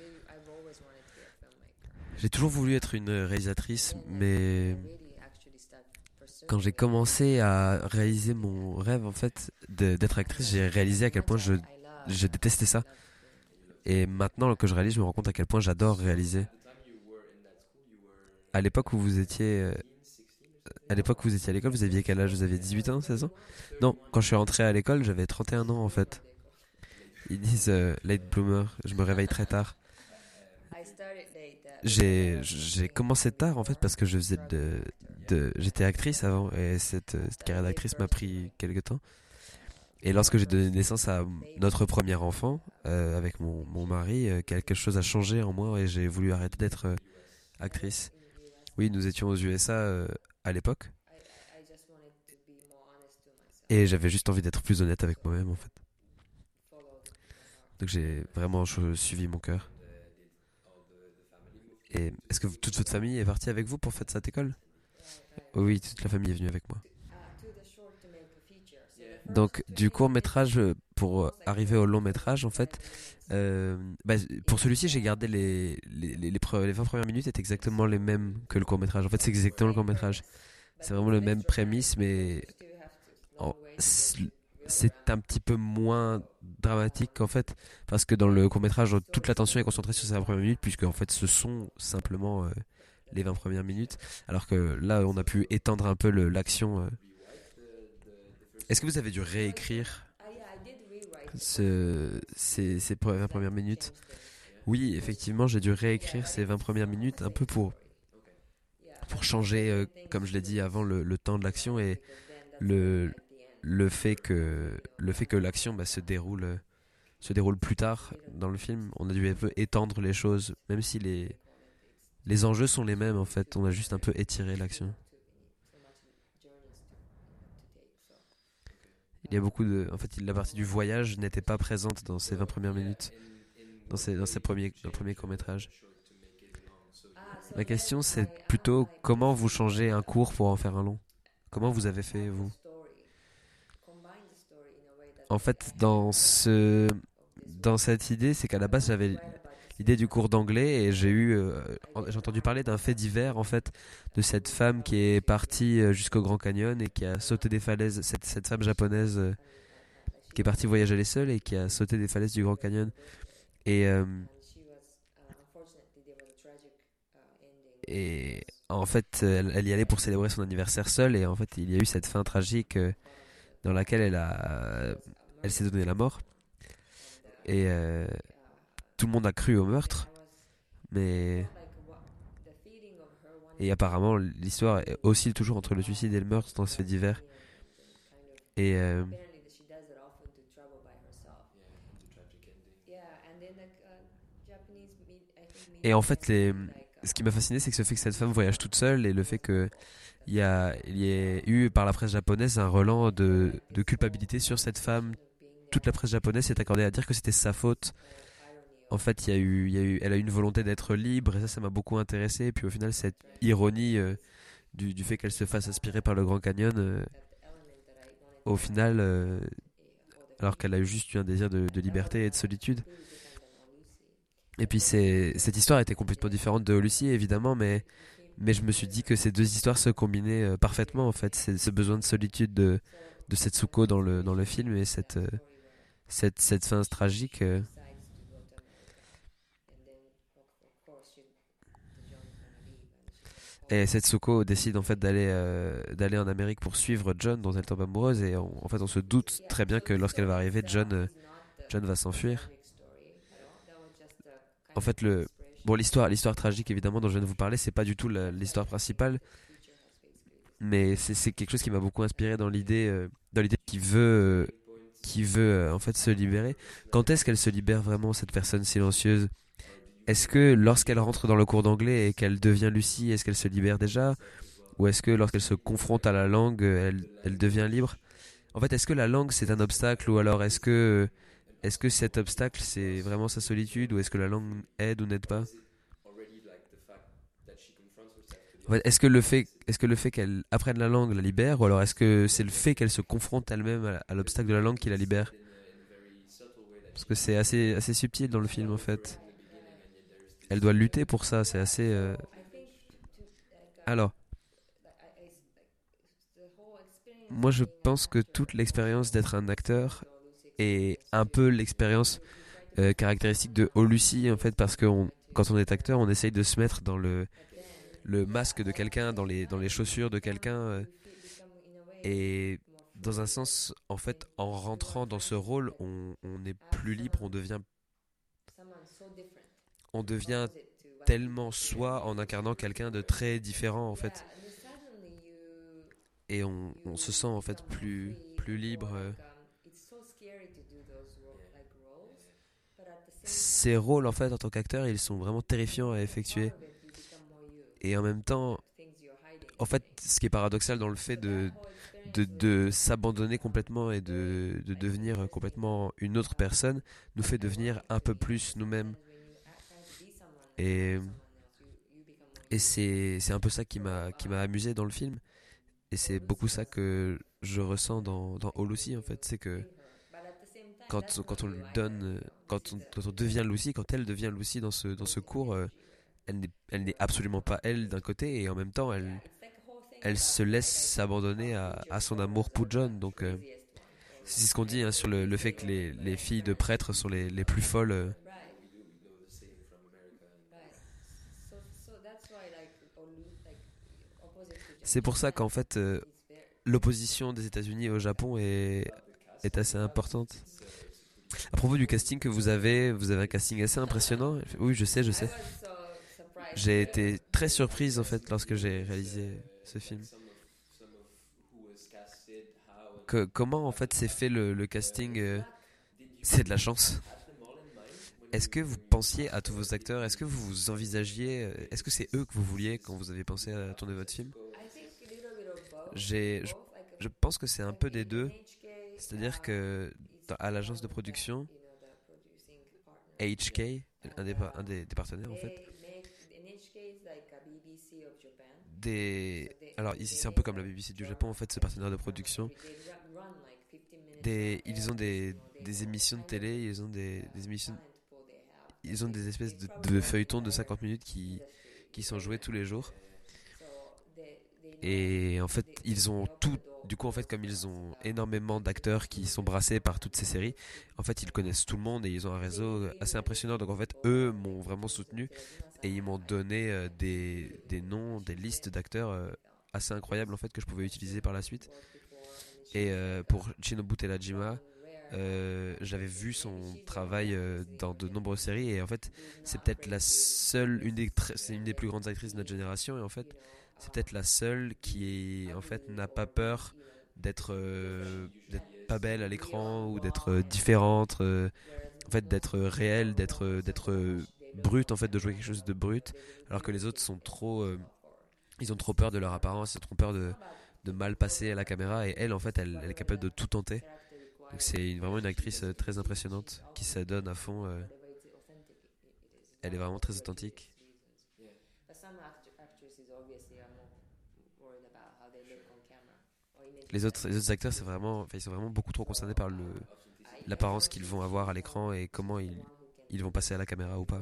J'ai toujours voulu être une réalisatrice, mais quand j'ai commencé à réaliser mon rêve en fait d'être actrice, j'ai réalisé à quel point je détestais ça. Et maintenant que je réalise, je me rends compte à quel point j'adore réaliser. À l'époque où vous étiez à l'école, vous aviez quel âge? Vous aviez 18 ans, 16 ans? Non, quand je suis rentré à l'école, j'avais 31 ans en fait. Ils disent late bloomer, je me réveille très tard. J'ai commencé tard en fait parce que je faisais j'étais actrice avant, et cette carrière d'actrice m'a pris quelques temps. Et lorsque j'ai donné naissance à notre premier enfant, avec mon mari, quelque chose a changé en moi et j'ai voulu arrêter d'être actrice. Oui, nous étions aux USA à l'époque. Et j'avais juste envie d'être plus honnête avec moi-même en fait. Donc j'ai vraiment suivi mon cœur. Et est-ce que toute votre famille est partie avec vous pour faire cette école? Oui, toute la famille est venue avec moi. Donc du court métrage pour arriver au long métrage en fait, pour celui-ci j'ai gardé les 20 premières minutes étaient exactement les mêmes que le court métrage. En fait c'est exactement le court métrage. C'est vraiment le même prémisse, mais c'est un petit peu moins dramatique en fait, parce que dans le court métrage toute l'attention est concentrée sur ces 20 premières minutes, puisque en fait ce sont simplement les 20 premières minutes, alors que là on a pu étendre un peu l'action. Est-ce que vous avez dû réécrire ces 20 premières minutes? Oui, effectivement, j'ai dû réécrire ces 20 premières minutes un peu pour changer, comme je l'ai dit avant, le temps de l'action et le fait que l'action se déroule plus tard dans le film. On a dû un peu étendre les choses, même si les enjeux sont les mêmes en fait. On a juste un peu étiré l'action. Il y a beaucoup en fait, la partie du voyage n'était pas présente dans ces 20 premières minutes, dans ces premiers courts-métrages. Ma question, c'est plutôt comment vous changez un court pour en faire un long? Comment vous avez fait, vous? En fait, dans cette idée, c'est qu'à la base, j'avais l'idée du cours d'anglais et j'ai entendu parler d'un fait divers en fait, de cette femme qui est partie jusqu'au Grand Canyon et qui a sauté des falaises, cette femme japonaise qui est partie voyager seule et qui a sauté des falaises du Grand Canyon et en fait elle y allait pour célébrer son anniversaire seule, et en fait il y a eu cette fin tragique dans laquelle elle s'est donné la mort, et tout le monde a cru au meurtre, et apparemment l'histoire oscille toujours entre le suicide et le meurtre dans ce fait divers. Et en fait ce qui m'a fasciné, c'est que ce fait que cette femme voyage toute seule et le fait que il y ait eu par la presse japonaise un relent de culpabilité sur cette femme. Toute la presse japonaise s'est accordée à dire que c'était sa faute. En fait, elle a eu une volonté d'être libre et ça m'a beaucoup intéressé. Et puis au final, cette ironie du fait qu'elle se fasse aspirer par le Grand Canyon, au final, alors qu'elle a eu juste eu un désir de liberté et de solitude. Et puis cette histoire était complètement différente de Lucy, évidemment, mais je me suis dit que ces deux histoires se combinaient parfaitement, en fait. Ce besoin de solitude de Setsuko dans le film et cette fin tragique. Et Setsuko décide en fait d'aller en Amérique pour suivre John dont elle tombe amoureuse et en fait on se doute très bien que lorsqu'elle va arriver, John va s'enfuir. En fait l'histoire tragique évidemment dont je viens de vous parler, c'est pas du tout l'histoire principale, mais c'est quelque chose qui m'a beaucoup inspiré dans l'idée qu'il veut en fait se libérer. Quand est-ce qu'elle se libère vraiment, cette personne silencieuse? Est-ce que lorsqu'elle rentre dans le cours d'anglais et qu'elle devient Lucy, est-ce qu'elle se libère déjà? Ou est-ce que lorsqu'elle se confronte à la langue, elle devient libre? En fait, est-ce que la langue c'est un obstacle, ou alors est-ce que cet obstacle c'est vraiment sa solitude, ou est-ce que la langue aide ou n'aide pas? En fait, est-ce que le fait qu'elle apprenne la langue la libère, ou alors est-ce que c'est le fait qu'elle se confronte elle-même à l'obstacle de la langue qui la libère? Parce que c'est assez subtil dans le film en fait. Elle doit lutter pour ça, c'est assez... Alors, moi je pense que toute l'expérience d'être un acteur est un peu l'expérience caractéristique de Oh Lucy, en fait, parce que quand on est acteur, on essaye de se mettre dans le masque de quelqu'un, dans les chaussures de quelqu'un, et dans un sens, en fait, en rentrant dans ce rôle, on est plus libre, on devient tellement soi en incarnant quelqu'un de très différent en fait, et on se sent en fait plus libre. Ces rôles en fait en tant qu'acteur, ils sont vraiment terrifiants à effectuer, et en même temps, en fait, ce qui est paradoxal dans le fait de s'abandonner complètement et de devenir complètement une autre personne, nous fait devenir un peu plus nous-mêmes. Et c'est un peu ça qui m'a amusé dans le film, et c'est beaucoup ça que je ressens dans All Lucy en fait. C'est que quand on lui donne, quand on devient Lucy, quand elle devient Lucy dans ce cours, elle n'est absolument pas elle d'un côté, et en même temps elle se laisse s'abandonner à son amour pour John. Donc c'est ce qu'on dit sur le fait que les filles de prêtres sont les plus folles. C'est pour ça qu'en fait, l'opposition des États-Unis au Japon est assez importante. À propos du casting que vous avez un casting assez impressionnant. Oui, je sais. J'ai été très surprise en fait lorsque j'ai réalisé ce film. Comment en fait s'est fait le casting? C'est de la chance. Est-ce que vous pensiez à tous vos acteurs? Est-ce que vous vous envisagiez? Est-ce que c'est eux que vous vouliez quand vous avez pensé à tourner votre film? Je pense que c'est un peu des deux. C'est-à-dire que à l'agence de production, HK, un des partenaires en fait, alors ici c'est un peu comme la BBC du Japon en fait, ce partenaire de production. Ils ont des émissions de télé, ils ont des espèces de feuilletons de 50 minutes qui sont joués tous les jours. Et en fait, ils ont tout. Du coup, en fait, comme ils ont énormément d'acteurs qui sont brassés par toutes ces séries, en fait, ils connaissent tout le monde et ils ont un réseau assez impressionnant. Donc, en fait, eux m'ont vraiment soutenu et ils m'ont donné des noms, des listes d'acteurs assez incroyables en fait que je pouvais utiliser par la suite. Et pour Shinobu Terajima, j'avais vu son travail dans de nombreuses séries, et en fait, c'est peut-être c'est une des plus grandes actrices de notre génération, et en fait, c'est peut-être la seule qui en fait n'a pas peur d'être pas belle à l'écran, ou d'être différente, en fait, d'être réelle, d'être brut en fait, de jouer quelque chose de brut, alors que les autres sont trop ils ont trop peur de leur apparence, ils ont trop peur de mal passer à la caméra, et elle en fait elle est capable de tout tenter. Donc c'est vraiment une actrice très impressionnante qui s'adonne à fond. Elle est vraiment très authentique. Les autres acteurs, ils sont vraiment beaucoup trop concernés par l'apparence qu'ils vont avoir à l'écran et comment ils vont passer à la caméra ou pas.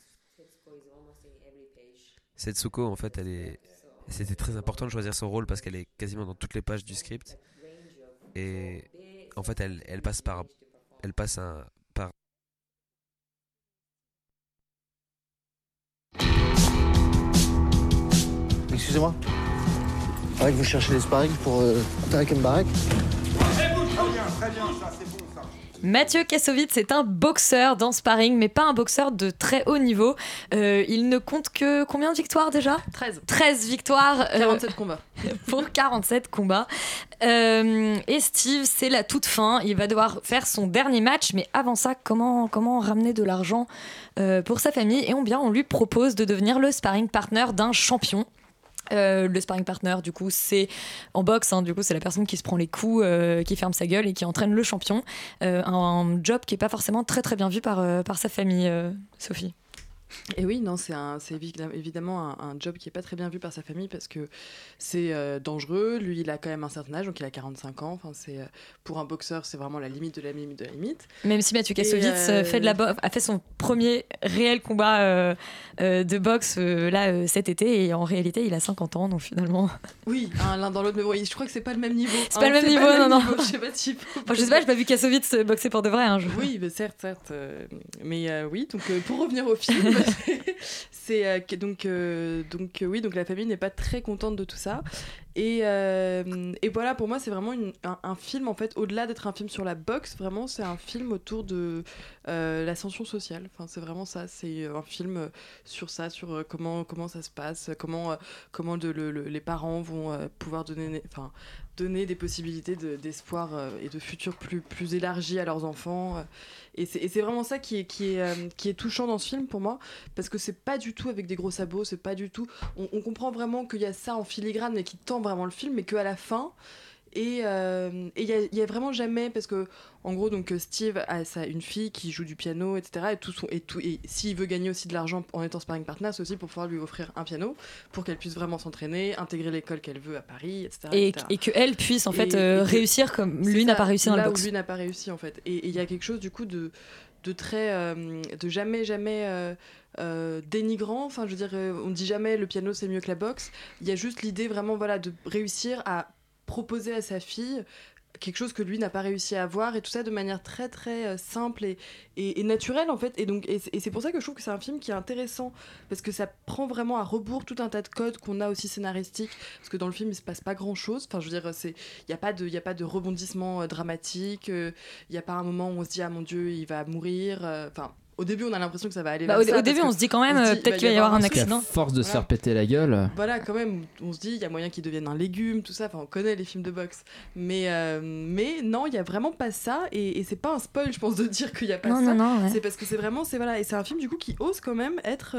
Setsuko, en fait, c'était très important de choisir son rôle parce qu'elle est quasiment dans toutes les pages du script. Et en fait, elle passe par. Excusez-moi. Il paraît que vous cherchez les sparring pour Tarek Mbarek. Très bien, ça, c'est bon, ça. Mathieu Kassovitz est un boxeur dans Sparring, mais pas un boxeur de très haut niveau. Il ne compte que combien de victoires déjà ? 13 victoires. 47 combats. Pour 47 combats. Et Steve, c'est la toute fin. Il va devoir faire son dernier match, mais avant ça, comment ramener de l'argent pour sa famille ? Et on lui propose de devenir le sparring partner d'un champion. Le sparring partner, du coup, c'est en boxe, du coup, c'est la personne qui se prend les coups, qui ferme sa gueule et qui entraîne le champion. Un job qui n'est pas forcément très très bien vu par sa famille, Sophie. Et oui, non, c'est évidemment un job qui n'est pas très bien vu par sa famille parce que c'est dangereux. Lui, il a quand même un certain âge, donc il a 45 ans. Enfin, pour un boxeur, c'est vraiment la limite de la limite de la limite. Même si Mathieu Kassovitz a fait son premier réel combat de boxe cet été, et en réalité, il a 50 ans, donc finalement... Oui, l'un dans l'autre, mais bon, je crois que c'est pas le même niveau. C'est pas le même niveau, non. Je sais pas si... Enfin, je sais pas, j'ai pas vu Kassovitz boxer pour de vrai. Oui, mais certes. Mais oui, donc pour revenir au film... c'est donc la famille n'est pas très contente de tout ça et voilà, pour moi c'est vraiment un film en fait, au-delà d'être un film sur la boxe, vraiment c'est un film autour de l'ascension sociale. Enfin, c'est vraiment ça, c'est un film sur ça, sur comment ça se passe, comment les parents vont pouvoir donner des possibilités d'espoir et de futur plus élargi à leurs enfants. Et c'est vraiment ça qui est touchant dans ce film pour moi, parce que c'est pas du tout avec des gros sabots, c'est pas du tout... On comprend vraiment qu'il y a ça en filigrane, mais qui tend vraiment le film, mais qu'à la fin... Et il y a vraiment jamais, parce que en gros donc Steve a une fille qui joue du piano, etc. Et s'il veut gagner aussi de l'argent en étant sparring partner, c'est aussi pour pouvoir lui offrir un piano pour qu'elle puisse vraiment s'entraîner, intégrer l'école qu'elle veut à Paris, etc. Et qu'elle puisse en fait réussir comme lui n'a pas réussi dans la boxe. Là où lui n'a pas réussi en fait. Et il y a quelque chose du coup de très de jamais dénigrant. Enfin, je veux dire, on dit jamais le piano c'est mieux que la boxe. Il y a juste l'idée vraiment de réussir à proposer à sa fille quelque chose que lui n'a pas réussi à avoir, et tout ça de manière très très simple et naturelle en fait. Et c'est pour ça que je trouve que c'est un film qui est intéressant, parce que ça prend vraiment à rebours tout un tas de codes qu'on a aussi scénaristiques, parce que dans le film il se passe pas grand chose. Enfin, je veux dire, il y a pas de rebondissement dramatique, il y a pas un moment où on se dit ah mon Dieu il va mourir. Enfin, au début, on a l'impression que ça va aller vers ça. Au début, on se dit quand même, peut-être qu'il va y avoir un accident. À force de se faire péter la gueule. Voilà, quand même, on se dit, il y a moyen qu'il devienne un légume, tout ça. Enfin, on connaît les films de boxe. Mais non, il n'y a vraiment pas ça. Et c'est pas un spoil, je pense, de dire qu'il n'y a pas ça. Non, ouais. C'est parce que c'est vraiment... Voilà. Et c'est un film, du coup, qui ose quand même être...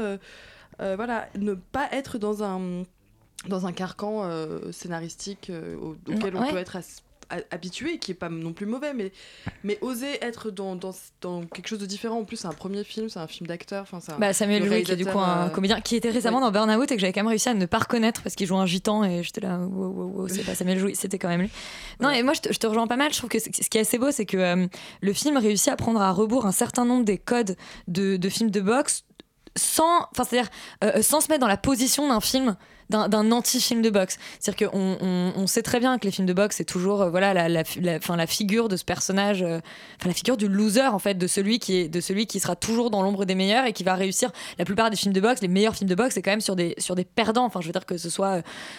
ne pas être dans un carcan scénaristique auquel on peut être habitué, qui est pas non plus mauvais, mais oser être dans quelque chose de différent. En plus, c'est un premier film, c'est un film d'acteur. Samuel Louis, qui est du coup un comédien qui était récemment dans Burnout et que j'avais quand même réussi à ne pas reconnaître parce qu'il joue un gitan, et j'étais là, wow, c'est pas Samuel Louis, c'était quand même lui. Non, et moi je te rejoins pas mal. Je trouve que ce qui est assez beau, c'est que le film réussit à prendre à rebours un certain nombre des codes de films de boxe sans se mettre dans la position d'un film, d'un anti-film de boxe. C'est-à-dire qu'on sait très bien que les films de boxe, c'est toujours la figure de ce personnage, la figure du loser en fait, de celui qui sera toujours dans l'ombre des meilleurs et qui va réussir. La plupart des films de boxe, les meilleurs films de boxe, c'est quand même sur des perdants. Enfin, je veux dire que ce soit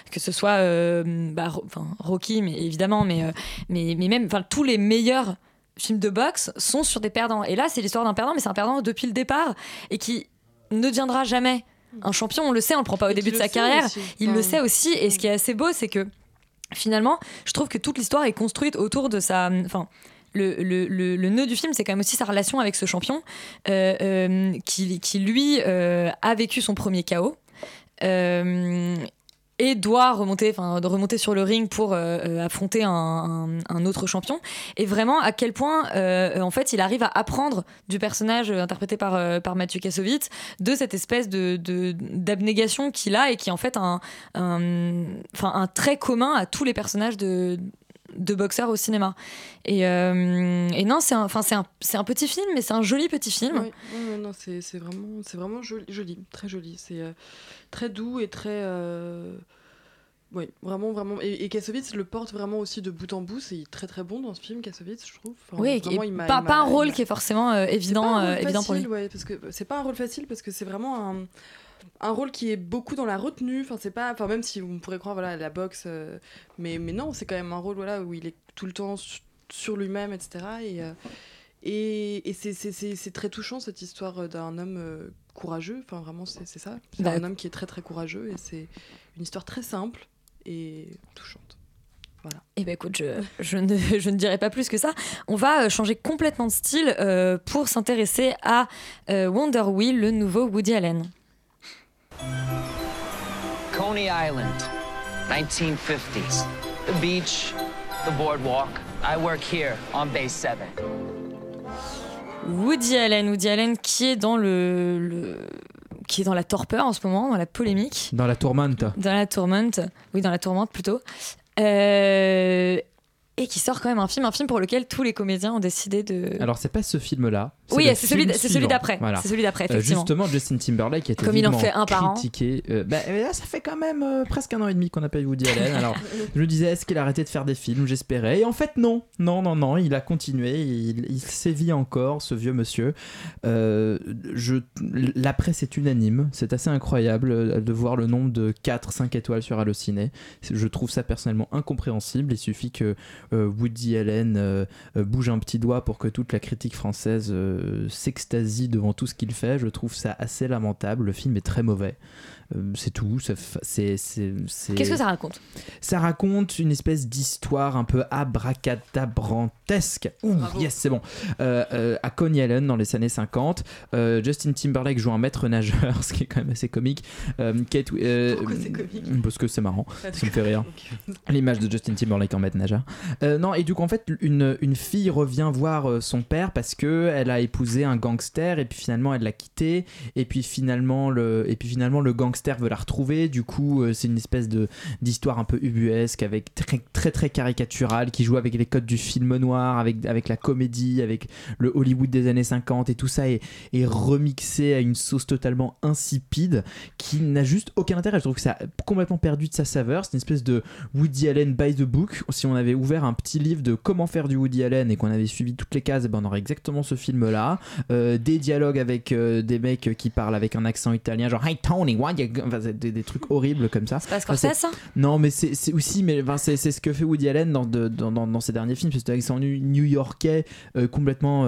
Rocky, mais évidemment, mais même tous les meilleurs films de boxe sont sur des perdants. Et là, c'est l'histoire d'un perdant, mais c'est un perdant depuis le départ et qui ne deviendra jamais un champion. On le sait, on le prend pas au début de sa carrière. Il le sait aussi. Et ce qui est assez beau, c'est que finalement, je trouve que toute l'histoire est construite autour de sa... le nœud du film, c'est quand même aussi sa relation avec ce champion qui lui a vécu son premier KO. Et doit remonter sur le ring pour affronter un autre champion. Et vraiment, à quel point, en fait, il arrive à apprendre du personnage interprété par Mathieu Kassovitz, de cette espèce d'abnégation qu'il a et qui est en fait un trait commun à tous les personnages de boxeurs au cinéma. Et non, c'est un petit film, mais c'est un joli petit film. Oui, non, c'est vraiment joli, très joli. C'est très doux et très... Oui, vraiment. Et Kassovitz le porte vraiment aussi de bout en bout. C'est très très bon dans ce film, Kassovitz, je trouve. Enfin, oui, vraiment, pas un rôle qui est forcément évident pour lui. Ouais, parce que c'est pas un rôle facile, parce que c'est vraiment un rôle qui est beaucoup dans la retenue. Enfin, c'est pas, même si on pourrait croire la boxe, mais non, c'est quand même un rôle où il est tout le temps sur lui-même, etc. Et c'est très touchant, cette histoire d'un homme courageux. Enfin, vraiment, c'est ça. C'est un homme qui est très très courageux, et c'est une histoire très simple et touchante. Voilà. Et écoute, je ne dirai pas plus que ça. On va changer complètement de style pour s'intéresser à Wonder Wheel, le nouveau Woody Allen. Coney Island, 1950s. The beach, the boardwalk. I work here on base 7. Woody Allen qui est dans qui est dans la torpeur en ce moment, dans la polémique. Dans la tourmente. Dans la tourmente plutôt. Et qui sort quand même un film pour lequel tous les comédiens ont décidé de... Alors c'est pas ce film-là. Oui, c'est celui d'après. Voilà. C'est celui d'après, effectivement. Justement, Justin Timberlake a été comme il en fait un critiqué. Là, ça fait quand même presque 1 an et demi qu'on n'a pas eu Woody Allen. Alors je me disais, est-ce qu'il a arrêté de faire des films? J'espérais. Et en fait, non, il a continué. Il sévit encore, ce vieux monsieur. La presse est unanime. C'est assez incroyable de voir le nombre de 4-5 étoiles sur Allociné. Je trouve ça personnellement incompréhensible. Il suffit que Woody Allen bouge un petit doigt pour que toute la critique française s'extasie devant tout ce qu'il fait. Je trouve ça assez lamentable. Le film est très mauvais. C'est tout. Qu'est-ce que ça raconte? Ça raconte une espèce d'histoire un peu abracadabrantesque. Yes, c'est bon. À Coney Island dans les années 50, Justin Timberlake joue un maître nageur, ce qui est quand même assez comique. Pourquoi c'est comique? Parce que c'est marrant. Ça me fait rire. L'image de Justin Timberlake en maître nageur. Non, et du coup, en fait, une fille revient voir son père parce que elle a épousé un gangster et puis finalement elle l'a quitté et puis finalement le gangster veut la retrouver. Du coup, c'est une espèce d'histoire un peu ubuesque avec très très très caricaturale qui joue avec les codes du film noir, avec la comédie, avec le Hollywood des années 50 et tout ça est remixé à une sauce totalement insipide qui n'a juste aucun intérêt. Je trouve que ça a complètement perdu de sa saveur. C'est une espèce de Woody Allen by the book. Si on avait ouvert un petit livre de comment faire du Woody Allen et qu'on avait suivi toutes les cases, on aurait exactement ce film là. Des dialogues avec des mecs qui parlent avec un accent italien, genre Hey Tony, why you... Enfin, des trucs horribles comme ça. C'est pas Scorsese, ça? Non, mais c'est aussi, mais c'est ce que fait Woody Allen dans ses derniers films, c'est cet accent new-yorkais complètement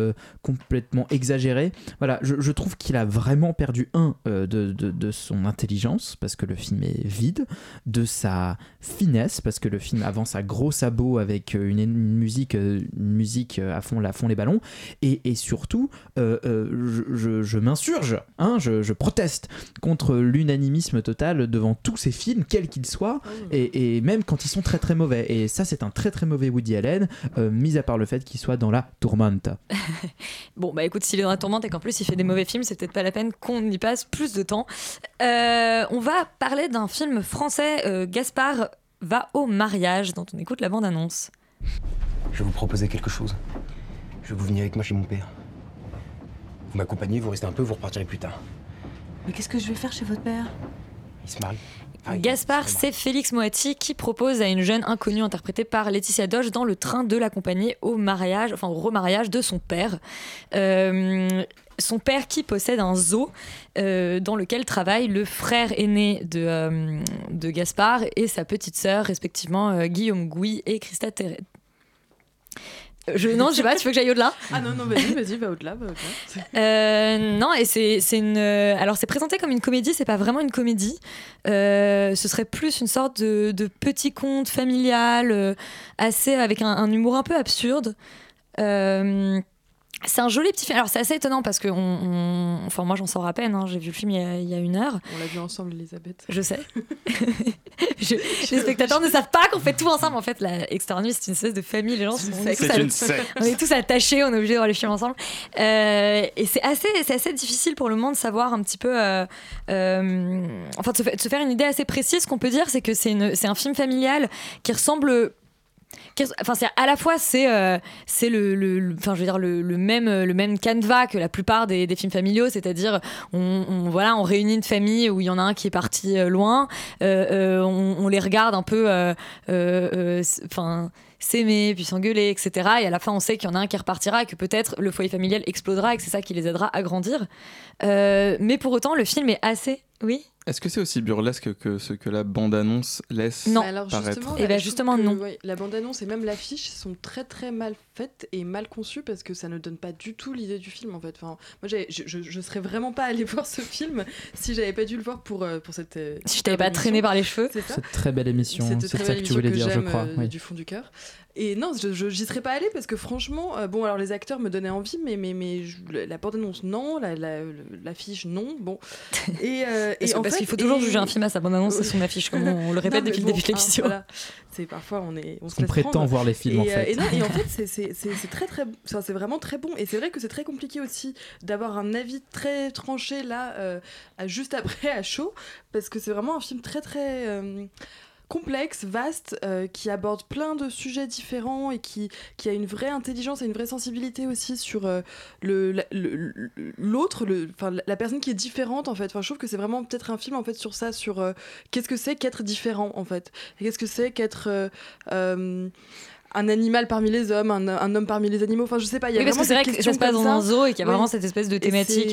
exagéré. Voilà, je trouve qu'il a vraiment perdu de son intelligence parce que le film est vide, de sa finesse parce que le film avance à gros sabots avec une musique à fond les ballons et surtout je m'insurge, je proteste contre l'unanimisme total devant tous ces films quels qu'ils soient et même quand ils sont très très mauvais, et ça c'est un très très mauvais Woody Allen, mis à part le fait qu'il soit dans la tourmente. Bon bah écoute, s'il est dans la tourmente et qu'en plus il fait des mauvais films, c'est peut-être pas la peine qu'on y passe plus de temps. On va parler d'un film français, Gaspard va au mariage, dont on écoute la bande-annonce. Je vais vous proposer quelque chose. Je veux que vous veniez avec moi chez mon père. Vous m'accompagnez, vous restez un peu, vous repartirez plus tard. Mais qu'est-ce que je vais faire chez votre père? Il se marie. Gaspard, c'est Félix Moati qui propose à une jeune inconnue interprétée par Laetitia Doge dans le train de l'accompagner au mariage, enfin au remariage de son père. Son père qui possède un zoo dans lequel travaille le frère aîné de Gaspard et sa petite sœur, respectivement Guillaume Gouy et Christa Terret. Non, je sais pas, tu veux que j'aille au-delà? Ah non, vas-y, va au-delà. Non, et c'est une... Alors, c'est présenté comme une comédie, c'est pas vraiment une comédie. Ce serait plus une sorte de petit conte familial, assez avec un humour un peu absurde. C'est un joli petit film. Alors c'est assez étonnant parce que enfin moi j'en sors à peine. J'ai vu le film il y a 1 heure. On l'a vu ensemble, Elisabeth. Je sais. Les spectateurs ne savent pas qu'on fait tout ensemble. En fait, la Extérieur Nuit, c'est une espèce de famille. Les gens une secte. On est tous attachés. On est obligés de voir les films ensemble. Et c'est assez difficile pour le moment de savoir un petit peu. Enfin, de se faire une idée assez précise. Ce qu'on peut dire, c'est que c'est un film familial qui ressemble. Enfin, c'est à la fois c'est le même canevas que la plupart des films familiaux, c'est-à-dire on réunit une famille où il y en a un qui est parti loin, on les regarde un peu s'aimer puis s'engueuler, etc. Et à la fin on sait qu'il y en a un qui repartira et que peut-être le foyer familial explosera et que c'est ça qui les aidera à grandir, mais pour autant le film est assez... Oui. Est-ce que c'est aussi burlesque que ce que la bande-annonce laisse paraître ? Justement, non. La bande-annonce et même l'affiche sont très très mal faites et mal conçues parce que ça ne donne pas du tout l'idée du film en fait. Enfin, moi, je serais vraiment pas allée voir ce film si j'avais pas dû le voir pour cette. Si je t'avais pas traîné par les cheveux. C'est cette très belle émission. C'est ça que tu voulais dire, je crois. Du fond du cœur. Et non, j'y serais pas allée parce que franchement, alors les acteurs me donnaient envie, mais la bande-annonce non, l'affiche non, bon. Et parce qu'il faut toujours juger un film à sa bande-annonce et son affiche, comme on le répète depuis le début de l'émission. Voilà. C'est parfois on se laisse prétend prendre. voir les films en fait. Et en fait c'est très très, c'est vraiment très bon. Et c'est vrai que c'est très compliqué aussi d'avoir un avis très tranché là, juste après à chaud, parce que c'est vraiment un film très très complexe, vaste, qui aborde plein de sujets différents et qui a une vraie intelligence et une vraie sensibilité aussi sur l'autre, la personne qui est différente en fait. Enfin, je trouve que c'est vraiment peut-être un film en fait sur ça, sur qu'est-ce que c'est qu'être différent en fait, et qu'est-ce que c'est qu'être un animal parmi les hommes, un homme parmi les animaux. Enfin, je sais pas. Il y a parce que c'est vrai que ça se passe dans un zoo et qu'il y a vraiment cette espèce de thématique.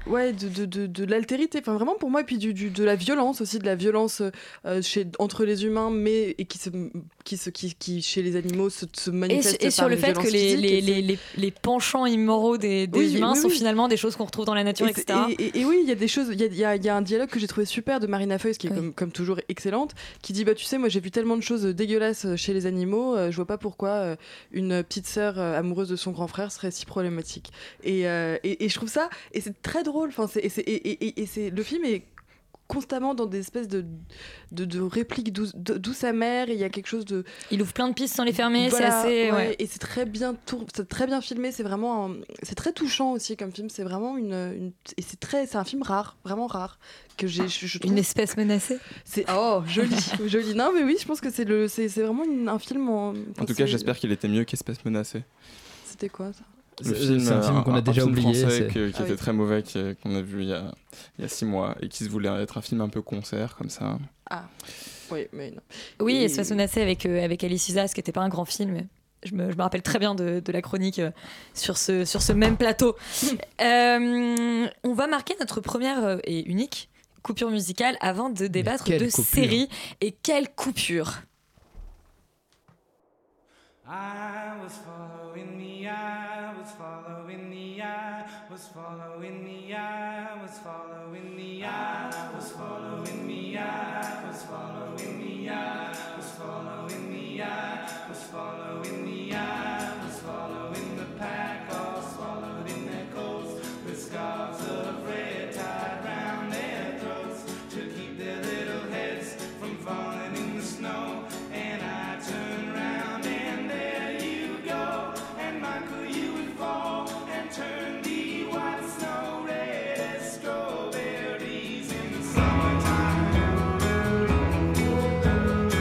De l'altérité. Enfin, vraiment pour moi, et puis de la violence aussi, de la violence entre les humains, mais et qui chez les animaux se manifeste. Et sur le fait que les penchants immoraux des humains sont finalement des choses qu'on retrouve dans la nature, etc. Et oui, il y a des choses. Il y a un dialogue que j'ai trouvé super de Marina Foïs, qui est comme toujours excellente, qui dit tu sais, moi j'ai vu tellement de choses dégueulasses chez les animaux, je vois pas pourquoi une petite sœur amoureuse de son grand frère serait si problématique. Et je trouve ça, et c'est très drôle. Enfin, le film est constamment dans des espèces de répliques d'où sa mère, et il y a quelque chose de... Il ouvre plein de pistes sans les fermer, voilà, c'est assez... Et c'est très bien filmé, c'est vraiment c'est très touchant aussi comme film, c'est vraiment et c'est un film rare, vraiment rare, que je trouve... Une espèce menacée. C'est joli. Non mais oui, je pense que c'est vraiment un film en tout cas, j'espère qu'il était mieux qu'Espèce menacée. C'était quoi ça? C'est un film qu'on a déjà oublié, français qui était très mauvais, qu'on a vu il y a 6 mois, et qui se voulait être un film un peu concert comme ça. Ah oui, mais non. Oui, Espèce menacée avec Alice Isas, qui n'était pas un grand film. Je me rappelle très bien de la chronique sur ce même plateau. On va marquer notre première et unique coupure musicale avant de débattre de séries. Et quelle coupure! I was following the eye, was following the eye, was following the eye, was following the eye, was following the eye, was following the eye, was following the eye, was following the eye, was following the pack, all swallowed in their coats, with scarves of red tied round their throats to keep their little heads from falling in the snow. And I turned round and there you go, and Michael, you would fall and turn the white snow red as strawberries in the summertime.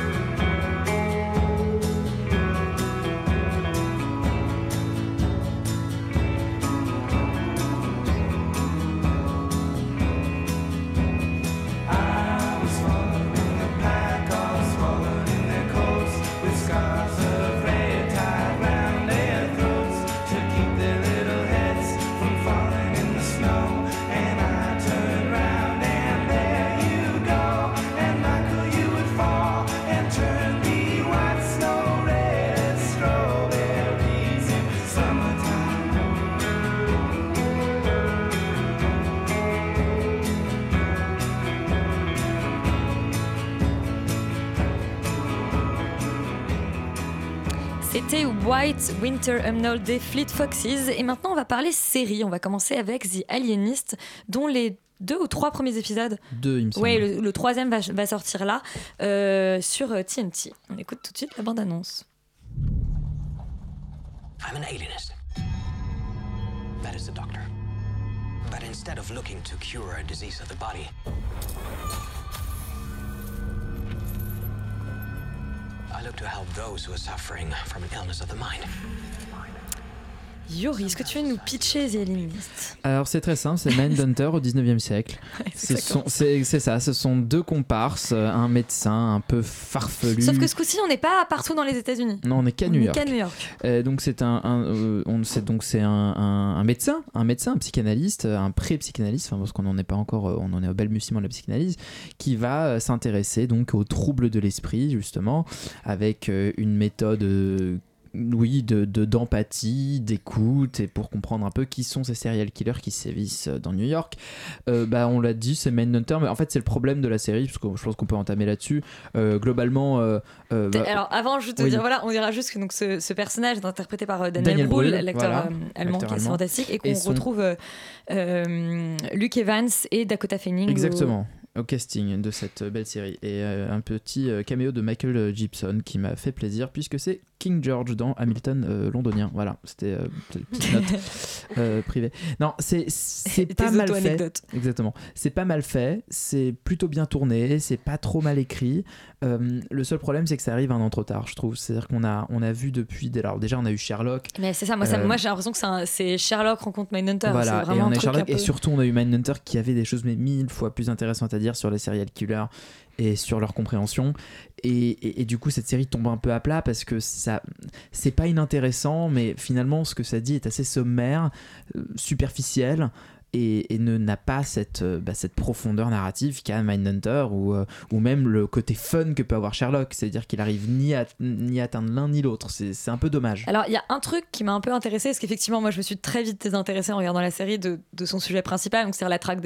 C'était White Winter Hymnal des Fleet Foxes. Et maintenant, on va parler série. On va commencer avec The Alienist, dont les 2 ou 3 premiers épisodes. 2, il me semble. Oui, le 3e va sortir là, sur TNT. On écoute tout de suite la bande-annonce. I'm an alienist. That is the doctor. But instead of looking to cure a disease of the body, I look to help those who are suffering from an illness of the mind. Yuri, est-ce que tu veux nous pitcher The Alienist ? Alors c'est très simple, c'est Mindhunter au 19e siècle. C'est ça, ce sont 2 comparses, un médecin un peu farfelu. Sauf que ce coup-ci, on n'est pas partout dans les États-Unis. Non, on n'est qu'à New York. Donc c'est un médecin, un psychanalyste, un pré-psychanalyste, enfin parce qu'on n'en est pas encore, on en est au balbutiement de la psychanalyse, qui va s'intéresser donc aux troubles de l'esprit justement, avec une méthode d'empathie, d'écoute, et pour comprendre un peu qui sont ces serial killers qui sévissent dans New York. On l'a dit, c'est Mindhunter, mais en fait c'est le problème de la série, parce que je pense qu'on peut entamer là-dessus. Globalement... Alors avant, je te dire, voilà, on dira juste que donc, ce personnage est interprété par Daniel Brühl, l'acteur allemand qui est fantastique, et qu'on retrouve Luke Evans et Dakota Fanning. Exactement. Au casting de cette belle série, et un petit caméo de Michael Gibson qui m'a fait plaisir puisque c'est King George dans Hamilton londonien. Voilà, c'était une petite note privée. Non, c'est pas mal fait. Exactement, c'est pas mal fait, c'est plutôt bien tourné, c'est pas trop mal écrit. Le seul problème, c'est que ça arrive un an trop tard, je trouve. C'est-à-dire qu'on a vu depuis. Alors déjà, on a eu Sherlock. Mais c'est ça. Moi, j'ai l'impression que c'est Sherlock rencontre Mindhunter. Voilà, c'est vraiment et on a Sherlock, peu... et surtout on a eu Mindhunter qui avait des choses mais 1000 fois plus intéressantes à dire sur les serial killers et sur leur compréhension. Et du coup, cette série tombe un peu à plat parce que ça, c'est pas inintéressant, mais finalement, ce que ça dit est assez sommaire, superficiel. Et n'a pas cette profondeur narrative qu'a Mindhunter ou même le côté fun que peut avoir Sherlock, c'est-à-dire qu'il arrive ni à atteindre l'un ni l'autre, c'est un peu dommage. Alors il y a un truc qui m'a un peu intéressée, parce qu'effectivement moi je me suis très vite désintéressée en regardant la série de son sujet principal, donc c'est la traque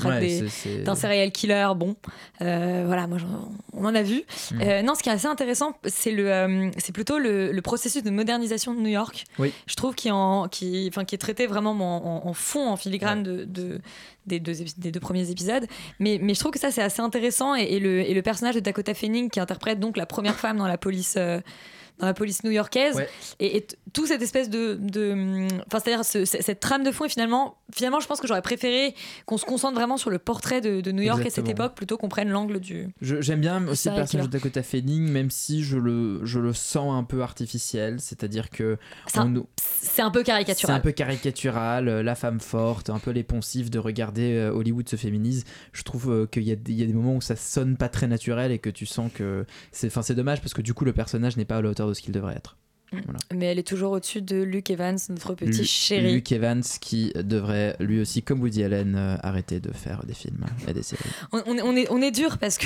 d'un serial killer. Voilà, moi on en a vu. Non, ce qui est assez intéressant, c'est plutôt le processus de modernisation de New York. Oui. Je trouve qui est traité vraiment en fond, en filigrane des 2 premiers épisodes, mais je trouve que ça c'est assez intéressant, et le personnage de Dakota Fanning qui interprète donc la première femme dans la police new-yorkaise, et tout cette espèce c'est-à-dire cette trame de fond, et finalement je pense que j'aurais préféré qu'on se concentre vraiment sur le portrait de New York. Exactement. À cette époque, plutôt qu'on prenne l'angle du... J'aime bien aussi le personnage de Dakota Fanning, même si je le sens un peu artificiel, c'est-à-dire que c'est un peu caricatural. C'est un peu caricatural, la femme forte, un peu les poncifs de regarder Hollywood se féminise. Je trouve qu'il y a des moments où ça sonne pas très naturel, et que tu sens que c'est dommage, parce que du coup le personnage n'est pas à la hauteur de ce qu'il devrait être. Voilà. Mais elle est toujours au-dessus de Luke Evans, notre petit chéri. Luke Evans qui devrait lui aussi, comme Woody Allen, arrêter de faire des films et des séries. On est dur parce que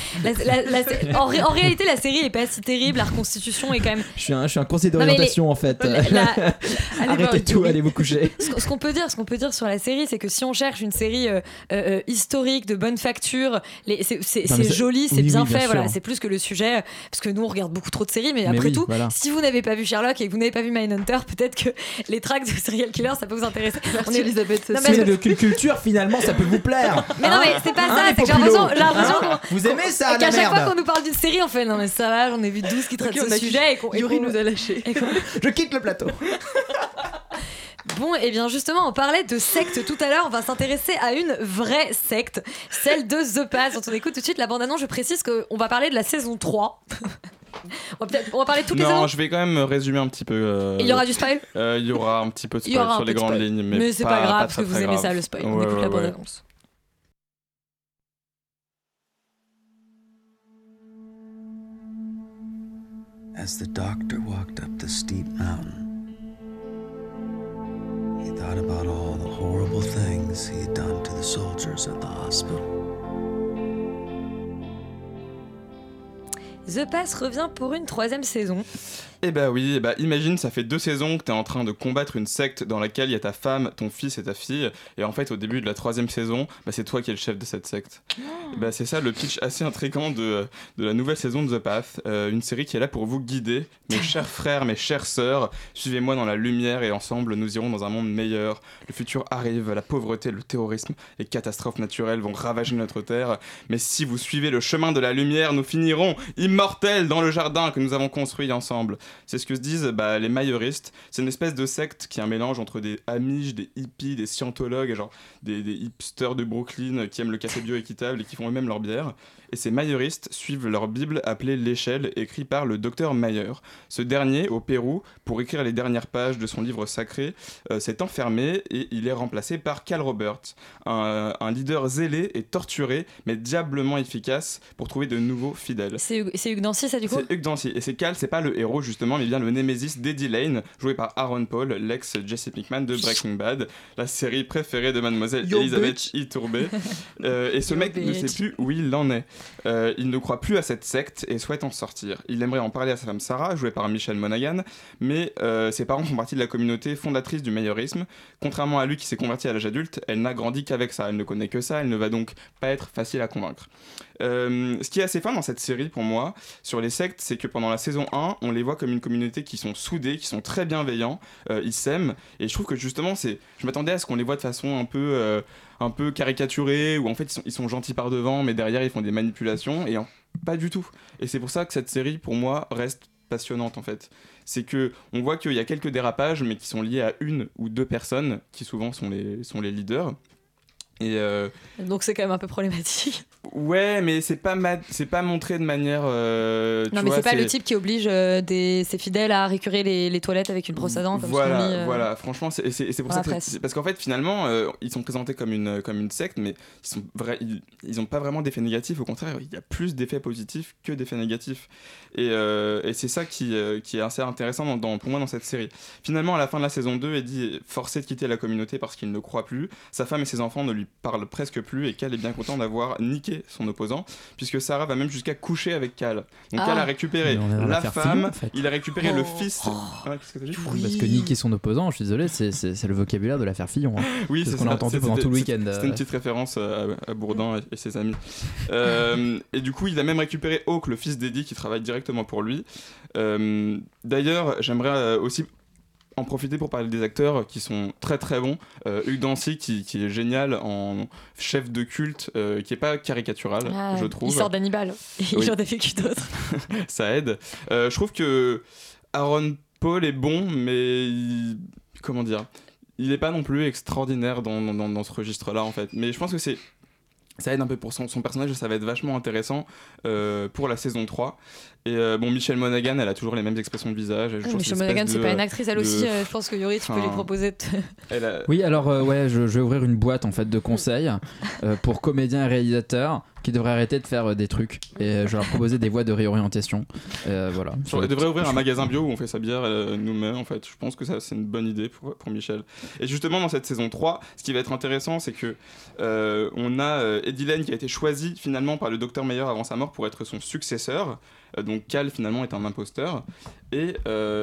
en réalité la série est pas si terrible, la reconstitution est quand même... Je suis un conseiller d'orientation en fait. Arrêtez tout, allez vous coucher. Ce qu'on peut dire sur la série, c'est que si on cherche une série historique de bonne facture, c'est joli, c'est bien fait, voilà, c'est plus que le sujet, parce que nous on regarde beaucoup trop de séries, mais après tout, si vous n'avez pas vu Sherlock et que vous n'avez pas vu Mindhunter, peut-être que les tracks de serial killer ça peut vous intéresser. Merci Elisabeth. C'est de culture, finalement ça peut vous plaire. Mais non, mais c'est pas ça, c'est que j'ai l'impression vous aimez ça, qu'à chaque fois qu'on nous parle d'une série on fait non mais ça va, j'en ai vu 12 qui traitent ce sujet, et Yuri nous a lâché. Je quitte le plateau. Bon, et bien justement, on parlait de secte tout à l'heure, on va s'intéresser à une vraie secte, celle de The Pass, dont on écoute tout de suite la bande-annonce. Je précise qu'on va parler de la saison 3. On va parler de toutes les saisons. Non, je vais quand même résumer un petit peu. Il y aura du spoil. Il y aura un petit peu de spoil sur les grandes lignes, mais c'est pas grave, parce que vous aimez ça, le spoil. On écoute la bande-annonce. As the doctor walked up the steep mountain, he thought about all the horrible things he had done to the soldiers at the hospital. The Pass revient pour une 3e saison. Eh bah oui, imagine, ça fait 2 saisons que t'es en train de combattre une secte dans laquelle il y a ta femme, ton fils et ta fille, et en fait au début de la 3e saison, c'est toi qui es le chef de cette secte. C'est ça le pitch assez intriguant de la nouvelle saison de The Path, une série qui est là pour vous guider, mes chers frères, mes chères sœurs, suivez-moi dans la lumière et ensemble nous irons dans un monde meilleur. Le futur arrive, la pauvreté, le terrorisme, les catastrophes naturelles vont ravager notre terre, mais si vous suivez le chemin de la lumière, nous finirons immortels dans le jardin que nous avons construit ensemble. C'est ce que se disent les mailleristes. C'est une espèce de secte qui est un mélange entre des Amish, des hippies, des scientologues, genre des hipsters de Brooklyn qui aiment le café bio équitable et qui font eux-mêmes leur bière. Et ces mailleristes suivent leur Bible appelée l'Échelle, écrite par le docteur Mayer. Ce dernier, au Pérou, pour écrire les dernières pages de son livre sacré, s'est enfermé et il est remplacé par Cal Roberts, un leader zélé et torturé, mais diablement efficace pour trouver de nouveaux fidèles. C'est Hugh Dancy, ça, du coup ? C'est Hugh Dancy. Et c'est Cal, c'est pas le héros, justement, mais bien le némésis d'Eddie Lane, joué par Aaron Paul, l'ex-Jesse Pinkman de Breaking Bad, la série préférée de mademoiselle Elisabeth Iturbey. Et ce mec ne sait plus où il en est. Il ne croit plus à cette secte et souhaite en sortir. Il aimerait en parler à sa femme Sarah, jouée par Michelle Monaghan, mais ses parents font partie de la communauté fondatrice du mayorisme. Contrairement à lui qui s'est converti à l'âge adulte, elle n'a grandi qu'avec ça, elle ne connaît que ça, elle ne va donc pas être facile à convaincre. Ce qui est assez fun dans cette série pour moi, sur les sectes, c'est que pendant la saison 1, on les voit comme une communauté qui sont soudés, qui sont très bienveillants, ils s'aiment, et je trouve que justement, je m'attendais à ce qu'on les voit de façon un peu caricaturée, où en fait ils sont gentils par devant, mais derrière ils font des manipulations, et pas du tout. Et c'est pour ça que cette série, pour moi, reste passionnante en fait. C'est que on voit qu'il y a quelques dérapages, mais qui sont liés à 1 ou 2 personnes, qui souvent sont les leaders. Et donc c'est quand même un peu problématique. Ouais, mais c'est pas montré de manière. Non, mais c'est pas le type qui oblige ses fidèles à récurer les toilettes avec une brosse à dents. Comme voilà. Franchement, c'est pour ça que parce qu'en fait, finalement, ils sont présentés comme une secte, mais ils ont pas vraiment d'effets négatifs. Au contraire, il y a plus d'effets positifs que d'effets négatifs. Et c'est ça qui est assez intéressant pour moi dans cette série. Finalement, à la fin de la saison 2, Eddie est forcé de quitter la communauté parce qu'il ne croit plus. Sa femme et ses enfants ne lui parlent presque plus, et Cal est bien content d'avoir niqué son opposant, puisque Sarah va même jusqu'à coucher avec Cal. Donc Cal a récupéré la femme, en fait. Il a récupéré le fils. Qu'est-ce que t'as dit ? Oui. Parce que niquer son opposant, je suis désolé, c'est le vocabulaire de l'affaire Fillon. Hein. Oui, c'est ce qu'on a entendu pendant tout le week-end. C'était une petite référence à Bourdin et ses amis. Et du coup, il a même récupéré Hawk, le fils d'Eddie, qui travaille directement pour lui. D'ailleurs, j'aimerais aussi en profiter pour parler des acteurs qui sont très très bons. Hugh Dancy qui est génial en chef de culte, qui est pas caricatural, je trouve. Il sort d'Hannibal, il en a vécu d'autres. Ça aide. Je trouve que Aaron Paul est bon, mais comment dire, il est pas non plus extraordinaire dans ce registre-là en fait. Mais je pense que ça aide un peu pour son personnage, et ça va être vachement intéressant pour la saison 3. Et Michelle Monaghan, elle a toujours les mêmes expressions de visage. Michelle Monaghan, c'est pas une actrice, elle aussi. Je pense que Yuri, tu peux lui proposer. Oui, alors je vais ouvrir une boîte en fait de conseils pour comédiens et réalisateurs qui devraient arrêter de faire des trucs. Et je vais leur proposer des voies de réorientation. Voilà. On devrait ouvrir un magasin bio où on fait sa bière nous-mêmes. En fait, je pense que ça, c'est une bonne idée pour Michelle. Et justement, dans cette saison 3, ce qui va être intéressant, c'est que on a Eddie Lane qui a été choisi finalement par le Dr Mayer avant sa mort pour être son successeur. Donc Cal finalement est un imposteur et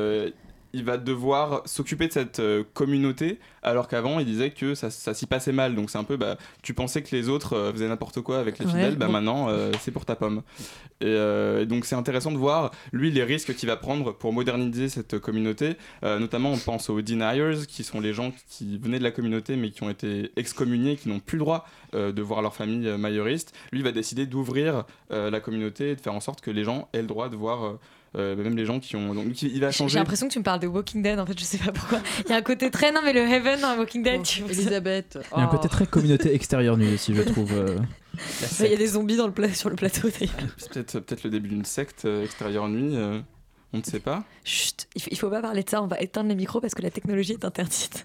il va devoir s'occuper de cette communauté, alors qu'avant il disait que ça s'y passait mal. Donc c'est un peu tu pensais que les autres faisaient n'importe quoi avec les fidèles, maintenant c'est pour ta pomme. Et donc c'est intéressant de voir lui les risques qu'il va prendre pour moderniser cette communauté. Notamment on pense aux deniers, qui sont les gens qui venaient de la communauté mais qui ont été excommuniés, qui n'ont plus le droit de voir leur famille mayoriste. Lui va décider d'ouvrir la communauté et de faire en sorte que les gens aient le droit de voir même les gens qui ont. Donc il va changer. J'ai l'impression que tu me parles de Walking Dead, en fait, je sais pas pourquoi. Il y a un côté très. Non, mais le Heaven dans Walking Dead, Elisabeth. Il y a un côté très communauté extérieure nulle aussi, je trouve. Il y a des zombies sur le plateau d'ailleurs. C'est peut-être le début d'une secte extérieure nuit. On ne sait pas. Chut, il faut pas parler de ça, on va éteindre les micros parce que la technologie est interdite.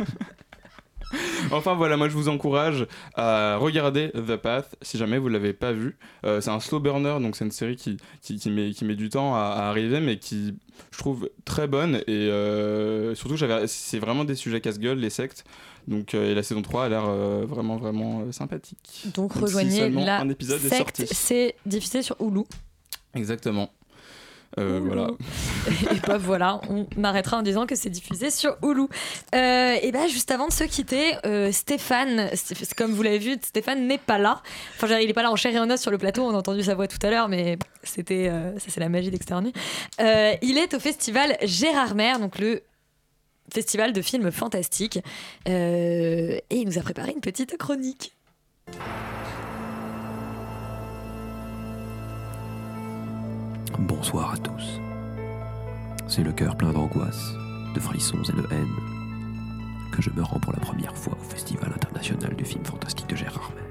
Enfin voilà, moi je vous encourage à regarder The Path si jamais vous ne l'avez pas vu. C'est un slow burner, donc c'est une série qui met du temps à arriver, mais qui je trouve très bonne. Et surtout c'est vraiment des sujets casse-gueule, les sectes. Donc et la saison 3 a l'air vraiment sympathique. Donc rejoignez si la un épisode secte, est sorti. C'est diffusé sur Hulu. Exactement. Voilà. Et bah voilà, on arrêtera en disant que c'est diffusé sur Hulu. Et bah juste avant de se quitter, Stéphane, comme vous l'avez vu, Stéphane n'est pas là. Enfin, il n'est pas là en chair et en os sur le plateau. On a entendu sa voix tout à l'heure, mais c'était ça, c'est la magie d'Extérieur Nuit. Il est au festival Gérardmer, donc le festival de films fantastiques, et il nous a préparé une petite chronique. Bonsoir à tous. C'est le cœur plein d'angoisse, de frissons et de haine que je me rends pour la première fois au Festival international du film fantastique de Gérardmer.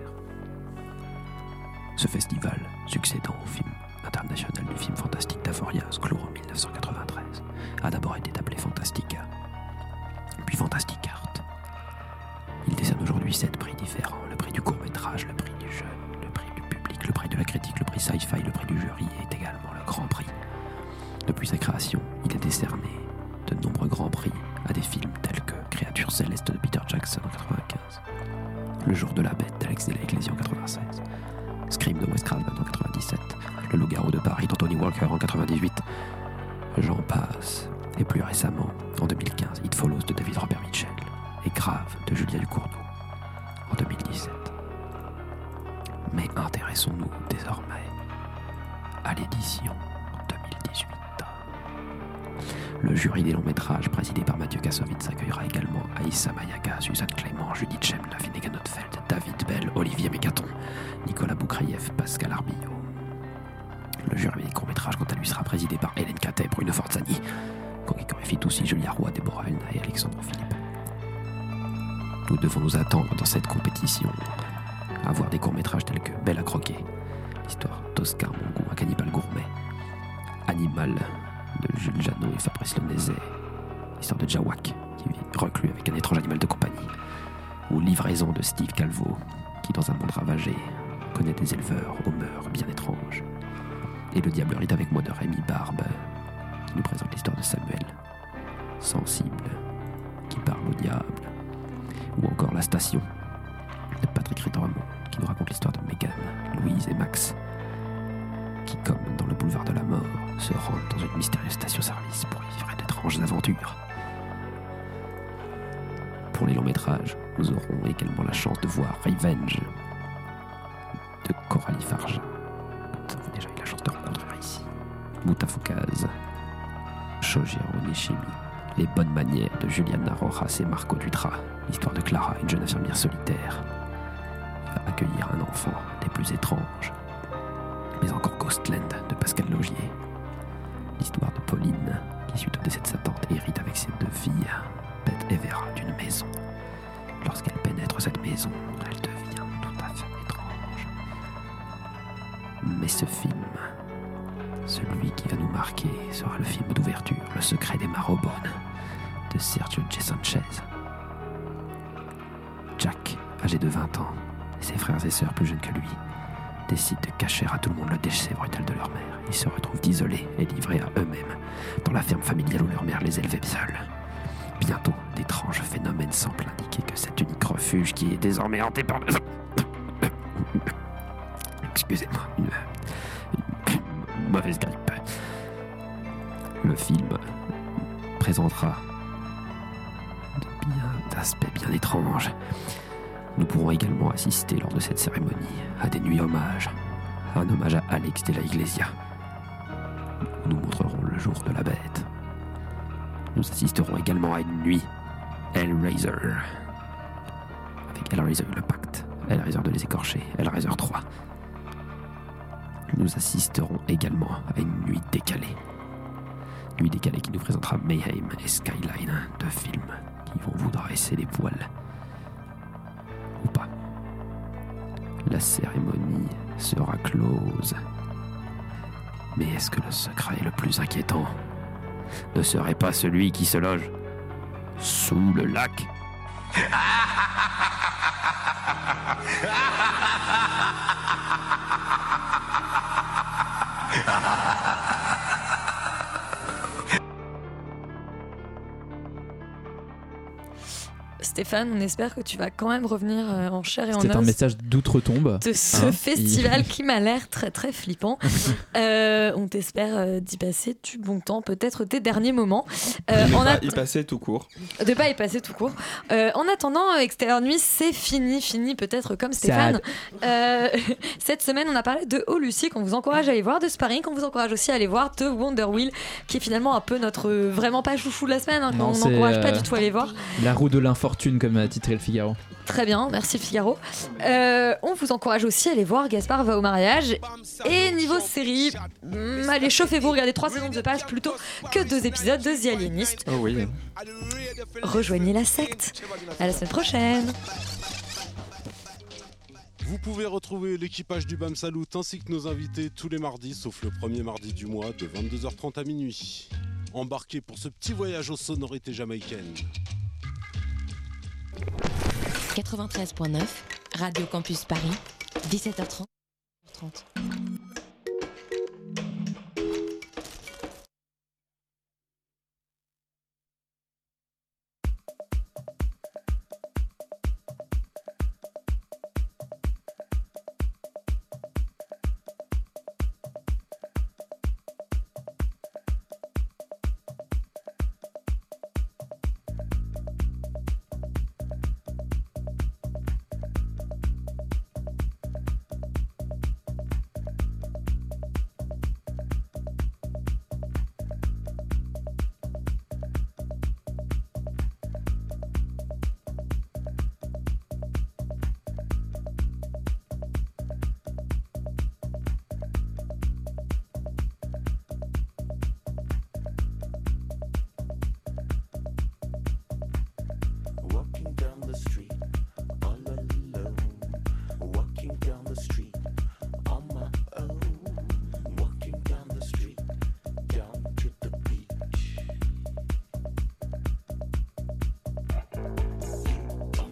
Ce festival, succédant au film international du film fantastique d'Avoriaz, clos en 1993, a d'abord été appelé Fantastica, puis Fantastic Art. Il décerne aujourd'hui 7 prix différents: le prix du court-métrage, le prix du jeune, le prix du public, le prix de la critique, le prix sci-fi, le prix du jury et également le Grand Prix. Depuis sa création, il a décerné de nombreux grands prix à des films tels que Créature céleste de Peter Jackson en 1995, Le jour de la bête d'Alex de la Iglesia en 1996, Scream de Wes Craven en 1997, Le loup-garou de Paris d'Anthony Walker en 1998, j'en passe. Et plus récemment, en 2015, It Follows de David Robert Mitchell et Grave de Julia Ducournau en 2017. Mais intéressons-nous désormais à l'édition 2018. Le jury des longs métrages, présidé par Mathieu Kassovitz, accueillera également Aïssa Mayaka, Suzanne Clément, Judith Chemla, Finnegan Oldfeld, David Bell, Olivier Mégaton, Nicolas Boukrieff, Pascal Arbillot. Le jury des courts-métrages, quant à lui, sera présidé par Hélène Catet, Bruno Forzani, chorégraphie aussi Julia Roy, Déborah Elna et Alexandre Philippe. Nous devons nous attendre dans cette compétition à voir des courts-métrages tels que Belle à croquer, l'histoire d'Oscar Mongon, un cannibale gourmet, Animal de Jules Janot et Fabrice Lenezet, l'histoire de Jawak, qui vit reclus avec un étrange animal de compagnie, ou Livraison de Steve Calvo, qui dans un monde ravagé connaît des éleveurs aux mœurs bien étranges, et Le diable rit avec moi de Rémi Barbe, qui nous présente l'histoire de Samuel, sensible, qui parle au diable, ou encore La Station de Patrick Rittermont, qui nous raconte l'histoire de Megan, Louise et Max, qui, comme dans le boulevard de la mort, se rendent dans une mystérieuse station-service pour y vivre d'étranges aventures. Pour les longs métrages, nous aurons également la chance de voir Revenge de Coralie Farge, que nous avons déjà eu la chance de rencontrer ici, Moutafoukaz, Shojiro Nishimi, Les bonnes manières de Juliana Rojas et Marco Dutra, l'histoire de Clara, une jeune infirmière solitaire, qui va accueillir un enfant des plus étranges. Mais encore Ghostland de Pascal Laugier, l'histoire de Pauline, qui suite au décès de sa tante hérite avec ses 2 filles, Beth et Vera, d'une maison. Lorsqu'elle pénètre cette maison, elle devient tout à fait étrange. Mais ce film, celui qui va nous marquer, sera le film d'ouverture, Le secret des Marrowbone, de Sergio G. Sanchez. Jack, âgé de 20 ans, et ses frères et sœurs plus jeunes que lui, décident de cacher à tout le monde le décès brutal de leur mère. Ils se retrouvent isolés et livrés à eux-mêmes, dans la ferme familiale où leur mère les élevait seuls. Bientôt, d'étranges phénomènes semblent indiquer que cet unique refuge qui est désormais hanté par... Excusez-moi, une mauvaise grippe. Le film présentera d'aspects bien étranges. Nous pourrons également assister lors de cette cérémonie à des nuits hommages, un hommage à Alex de la Iglesia. Nous montrerons le jour de la bête. Nous assisterons également à une nuit Hellraiser, avec Hellraiser le pacte, Hellraiser de les écorchés, Hellraiser 3. Nous assisterons également à une nuit décalée. Nuit décalée qui nous présentera Mayhem et Skyline, 2 films qui vont vous dresser les poils. Ou pas. La cérémonie sera close. Mais est-ce que le secret le plus inquiétant ne serait pas celui qui se loge sous le lac? Stéphane, on espère que tu vas quand même revenir en chair et en os. C'était un message d'outre-tombe. De ce festival qui m'a l'air très très flippant. On t'espère d'y passer du bon temps, peut-être tes derniers moments. Y passer tout court. De pas y passer tout court. En attendant, Extérieur Nuit, c'est fini peut-être comme Stéphane. Cette semaine, on a parlé de Oh Lucie, qu'on vous encourage à aller voir, de Sparring, qu'on vous encourage aussi à aller voir, de Wonder Wheel, qui est finalement un peu notre vraiment pas chouchou de la semaine, qu'on n'encourage pas du tout à aller voir. La roue de l'infortune, comme a titré le Figaro. Très bien, merci le Figaro. On vous encourage aussi à aller voir Gaspard va au mariage. Et niveau série, allez, chauffez-vous, regardez 3 saisons de The Past plutôt que 2 épisodes de The Alienist. Oh oui. Rejoignez la secte. À la semaine prochaine. Vous pouvez retrouver l'équipage du BAM Salut ainsi que nos invités tous les mardis, sauf le premier mardi du mois de 22h30 à minuit. Embarquez pour ce petit voyage aux sonorités jamaïcaines. 93.9, Radio Campus Paris, 17h30. Walking down the street,